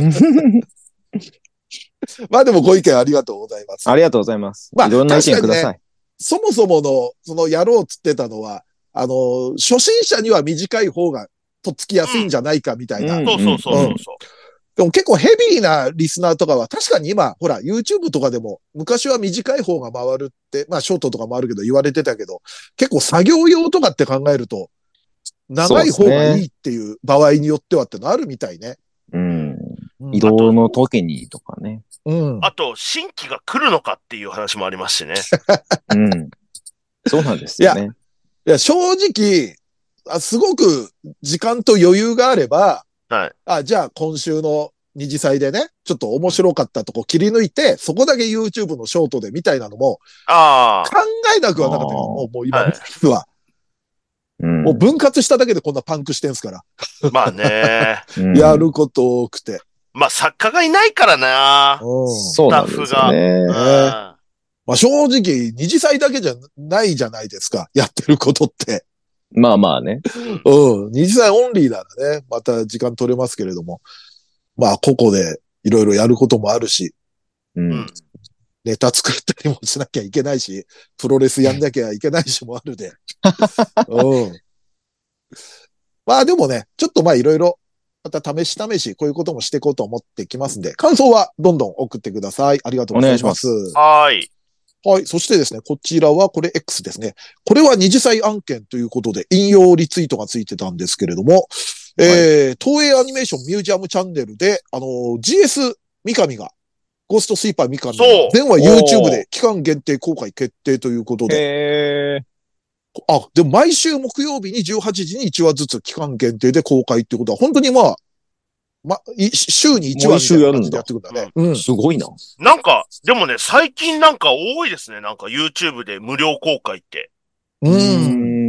まあでもご意見ありがとうございます。 ありがとうございます。まあ、いろんな意見ください。 ね、そもそもの、そのやろうっつってたのは、あの、初心者には短い方がとっつきやすいんじゃないかみたいな。 うん、そうそうそうそう。うんでも結構ヘビーなリスナーとかは確かに今、ほら、YouTube とかでも昔は短い方が回るって、まあショートとかもあるけど言われてたけど、結構作業用とかって考えると、長い方がいいっていう場合によってはってのあるみたいね。 うん。移動の時にとかね。 うん。 あと、新規が来るのかっていう話もありますしね。 うん。そうなんですよね。 いや、いや正直あ、すごく時間と余裕があれば、 はい。 あ、じゃあ今週の二次祭でね、ちょっと面白かったとこ切り抜いて、そこだけ YouTube のショートでみたいなのも、 あ考えなくはなかったけど、もうもう今のやつは。 うん、 もう分割しただけでこんなパンクしてんすから。 まあね。 やること多くて。 まあ作家がいないからな。 スタッフが。ね、 まあ正直、二次祭だけじゃないじゃないですか。やってることって。 まあまあね。 うん。二次祭オンリーならね、また時間取れますけれども。まあ個々でいろいろやることもあるし。 うん。 ネタ作ったりもしなきゃいけないし、プロレスやんなきゃいけないしもあるで。うん。まあでもね、ちょっとまあいろいろ、また試し試し、こういうこともしていこうと思ってきますんで、感想はどんどん送ってください。ありがとうございます。 はい。 はい。そしてですね、こちらはこれ X ですね。これは二次祭案件ということで、引用リツイートがついてたんですけれども、はい、えー、東映アニメーションミュージアムチャンネルで、あのー、ジーエス 三上が、ゴーストスイーパー三上が、全話 YouTube で期間限定公開決定ということで、 へー。 あ、でも毎週木曜日にじゅうはちじにいちわずつ期間限定で公開っていうことは、本当にまあ、ま、週にいちわみたいな感じでやってくんだね。 うん。すごいな。 なんか、でもね、最近なんか多いですね。なんか YouTube で無料公開って。 うん。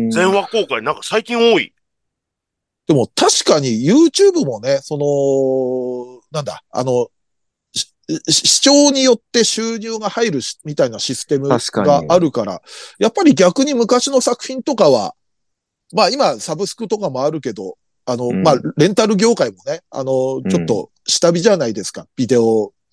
全話公開、なんか最近多い。 でも確かに YouTube もね、その、なんだ、あの、視聴によって収入が入るみたいなシステムがあるから、やっぱり逆に昔の作品とかは、まあ今サブスクとかもあるけど、あの、うん、まあレンタル業界もね、あの、ちょっと下火じゃないですか、ビデオ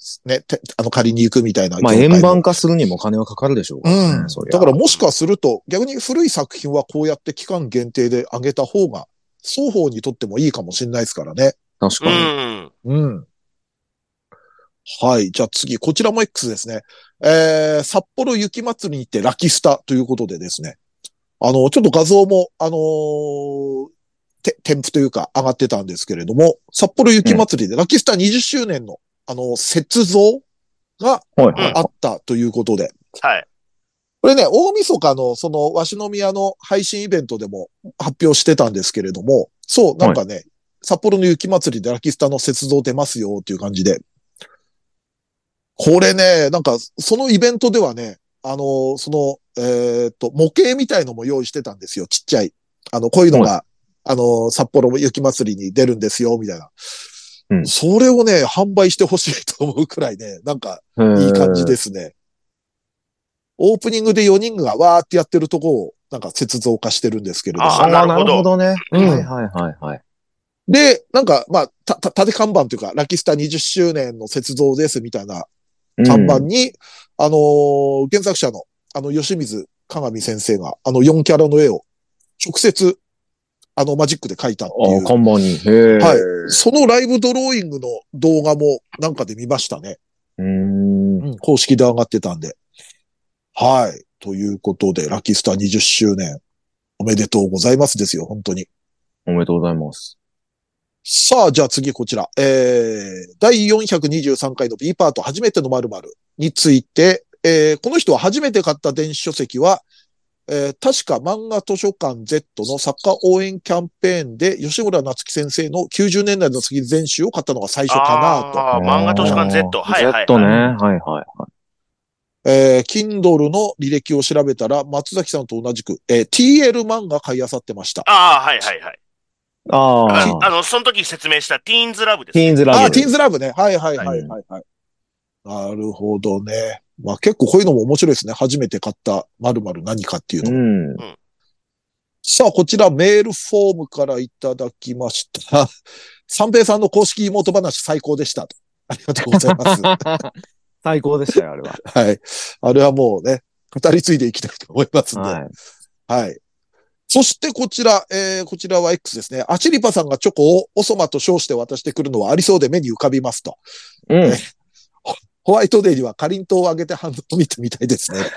ね、てあの、借りに行くみたいな。 まあ、円盤化するにも金はかかるでしょうからね。 うん。だからもしかすると、逆に古い作品はこうやって期間限定で上げた方が、双方にとってもいいかもしれないですからね。 う確かに。 ん。 うん。はい。じゃあ次、こちらも X ですね。えー、札幌雪まつりにてラキスタということでですね。あの、ちょっと画像も、あのーて、添付というか上がってたんですけれども、札幌雪まつりでラキスタにじゅっしゅうねんの、あの、雪像がはいはい。 あったということで。 はい。 これね、大晦日のその、鷲宮の配信イベントでも発表してたんですけれども、そう、なんかね、札幌の雪まつりでラキスタの雪像出ますよっていう感じで。これね、なんか、そのイベントではね、あの、その、えっと、模型みたいのも用意してたんですよ、ちっちゃい。あの、こういうのが、あの、札幌雪まつりに出るんですよ、みたいな。 うん。 それをね、販売してほしいと思うくらいね、なんか、いい感じですすね。オープニングでよにんがわーってやってるとこを、なんか雪像化してるんですけれども。 あーああ、ななるほどるほどね。 うんはいはいはいはい。 で、なんか、まあ、た、た、縦看板というか、ラキスタにじゅっしゅうねんの雪像ですみたいな看板に、あのー原作者の、あの、吉水鏡先生が、あの、よんキャラの絵を直接、あの、マジックで描いたっていああ、 う。 看板に。へえ。 はい。そのライブドローイングの動画もなんかで見ましたね。 うーん。 うん、公式で上がってたんで。はい。ということで、ラキスタにじゅっしゅうねん、おめでとうございますですよ、本当に。 おめでとうございます。 さあ、じゃあ次こちら。えー、だいよんひゃくにじゅうさんかいの B パート、初めての〇〇について、えー、この人は初めて買った電子書籍は、えー、確か漫画図書館 Z の作家応援キャンペーンで吉村夏樹先生のきゅうじゅうねんだいの次全集を買ったのが最初かなと。 ああ、漫画図書館 Z。はいはいはい。 Z ね。はいはいはい。 えー、Kindle の履歴を調べたら、松崎さんと同じく、えー、ティーエル 漫画買い漁ってました。 ああ、はいはいはい。だから、 ああ、 あの、その時説明したティーンズラブですね。 ティーンズラブ。 あ、ティーンズラブね。はいはいはいはい、はい。なるほどね。まあ結構こういうのも面白いですね。初めて買った〇〇何かっていうのも。 うん。 さあ、こちらメールフォームからいただきました。三平さんの公式妹話最高でした。ありがとうございます。 最高でしたよ、あれは。 はい。あれはもうね、語り継いでいきたいと思いますんで。 はい。 はい。そしてこちら、えー、こちらは X ですね。アチリパさんがチョコをおそまと称して渡してくるのはありそうで目に浮かびますと。 うん。 えーホワイトデーにはかりんとうをあげて反応を見てみたいですねって。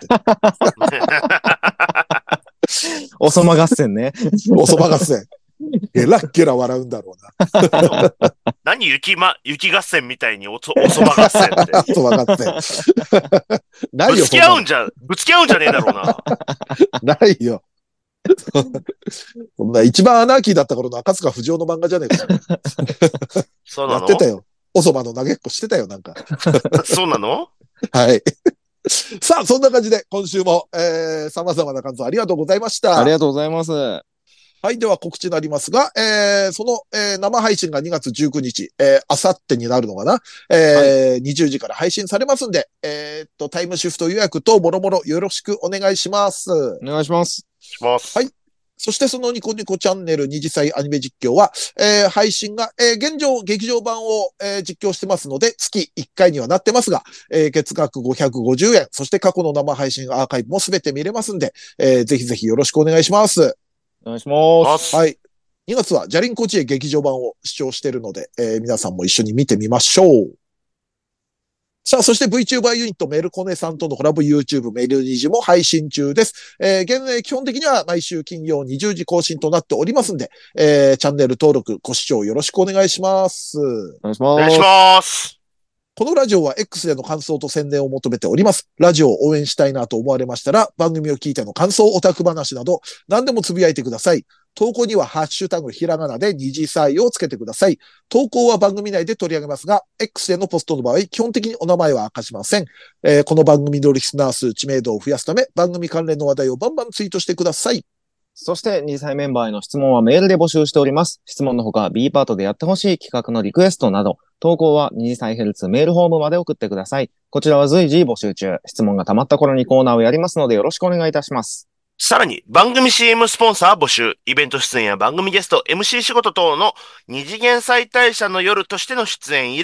おそま合戦ね。 おそば合戦。ゲラッゲラ笑うんだろうな。 何雪ま、雪合戦みたいにおそ、おそば合戦って。 おそば合戦。ないよ、 ぶつけ合うんじゃ、ぶつけ合うんじゃねえだろうな。 ないよ。そんな一番アナーキーだった頃の赤塚不二夫の漫画じゃねえか。やそうなのってたよ。おそばの投げっこしてたよ、なんか。 そうなのはい。さあ、そんな感じで今週も、えー、様々な感想ありがとうございました。 ありがとうございます。 はい。では告知になりますが、えー、その、えー、生配信がにがつじゅうくにち、えー、あさってになるのかな、えー、にじゅうじから配信されますんで、えーっと、タイムシフト予約ともろもろよろしくお願いします。 お願いします。 します。 はい。そしてそのニコニコチャンネル二次祭アニメ実況は、えー、配信が、えー、現状劇場版を、えー、実況してますので、月いっかいにはなってますが、えー、月額ごひゃくごじゅうえん、そして過去の生配信アーカイブもすべて見れますんで、えー、ぜひぜひよろしくお願いします。 お願いしま。 ますす。 はい。にがつはジャリンコチエ劇場版を視聴しているので、えー、皆さんも一緒に見てみましょう。さあ、そして VTuber ユニットメルコネさんとのコラボ YouTube メルニジも配信中です。えー、現在基本的には毎週金曜にじゅうじ更新となっておりますんで、えー、チャンネル登録、ご視聴よろしくお願いします。 お願いします。 お願いします。 このラジオは X での感想と宣伝を求めております。ラジオを応援したいなと思われましたら、番組を聞いての感想、オタク話など、何でもつぶやいてください。投稿にはハッシュタグひらがなで二次祭をつけてください。投稿は番組内で取り上げますが、X でのポストの場合、基本的にお名前は明かしません。えーこの番組のリスナー数、知名度を増やすため、番組関連の話題をバンバンツイートしてください。 そしてにさいメンバーへの質問はメールで募集しております。質問のほか B パートでやってほしい企画のリクエストなど、投稿はにさいヘルツメールフォームまで送ってください。こちらは随時募集中。質問が溜まった頃にコーナーをやりますのでよろしくお願いいたします。 さらに、番組 シーエム スポンサー募集、イベント出演や番組ゲスト、エムシー 仕事等の二次元再大社の夜としての出演以来、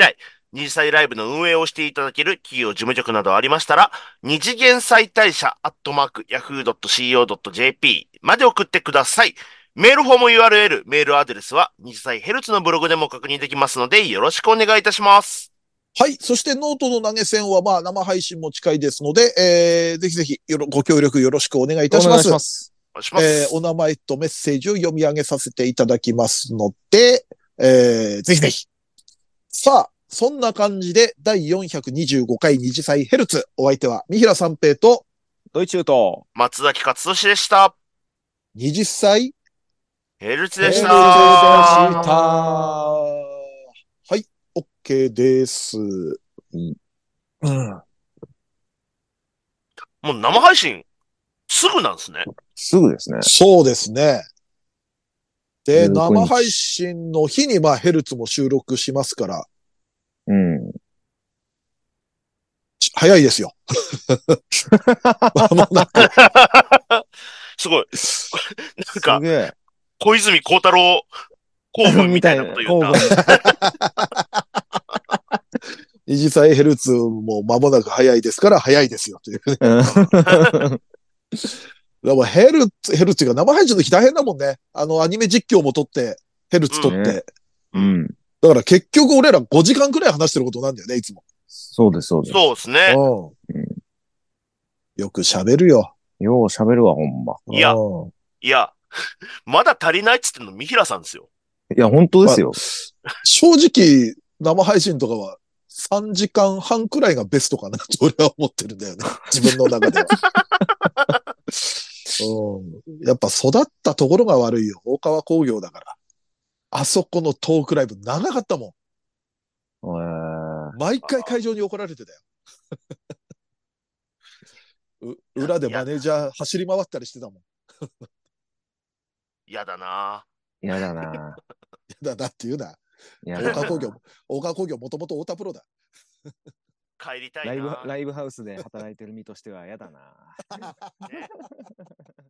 二次祭ライブの運営をしていただける企業事務局などありましたら、二次元祭大社アットマーク ヤフードットシーオードットジェーピー まで送ってください。メールフォーム ユーアールエル、メールアドレスは二次祭ヘルツのブログでも確認できますので、よろしくお願いいたします。 はい。そしてノートの投げ銭はまあ生配信も近いですので、えー、ぜひぜひよろご協力よろしくお願いいたします。 お願いします。 お願いします。 えー、お名前とメッセージを読み上げさせていただきますので、えー、ぜひぜひ。さあ、そんな感じでだいよんひゃくにじゅうごかい二次祭ヘルツ。お相手は三平三平とドイチューと松崎勝利でした。 二次祭ヘルツヘルツででした。 した。はい、OK です。うん。 もう生配信、すぐなんですね。 すぐですね。 そうですね。で、 じゅうごにち生配信の日にまあヘルツも収録しますから、 うん。 早いですよ。間もなく。 すごい。なんすか、 げえ。 小泉孝太郎公文みたいなこと言った。 二次祭ヘルツも間もなく早いですから早いですよというね。でもヘルツ、ヘルツが生配信の日大変だもんね。あのアニメ実況も撮って、ヘルツ撮って。 うん。うん、 だから結局俺らごじかんくらい話してることなんだよね、いつも。 そうです、そうです。 そうですね。 うん、よく喋るよ。 よう喋るわ、ほんま。 いや、いや、まだ足りないっつってんの三平さんですよ。 いや、本当ですよ。 まあ、正直、生配信とかはさんじかんはんくらいがベストかなと俺は思ってるんだよね。自分の中では。うん、やっぱ育ったところが悪いよ。大川工業だから。あそこのトークライブ長かったもん。 えー、 毎回会場に怒られてたよ。う裏でマネージャー走り回ったりしてたもん。 やだなやだなやだなって言うな。 大川工業、大川工業もともと太田プロだ。 帰りたいなライブ、ライブハウスで働いてる身としてはやだなね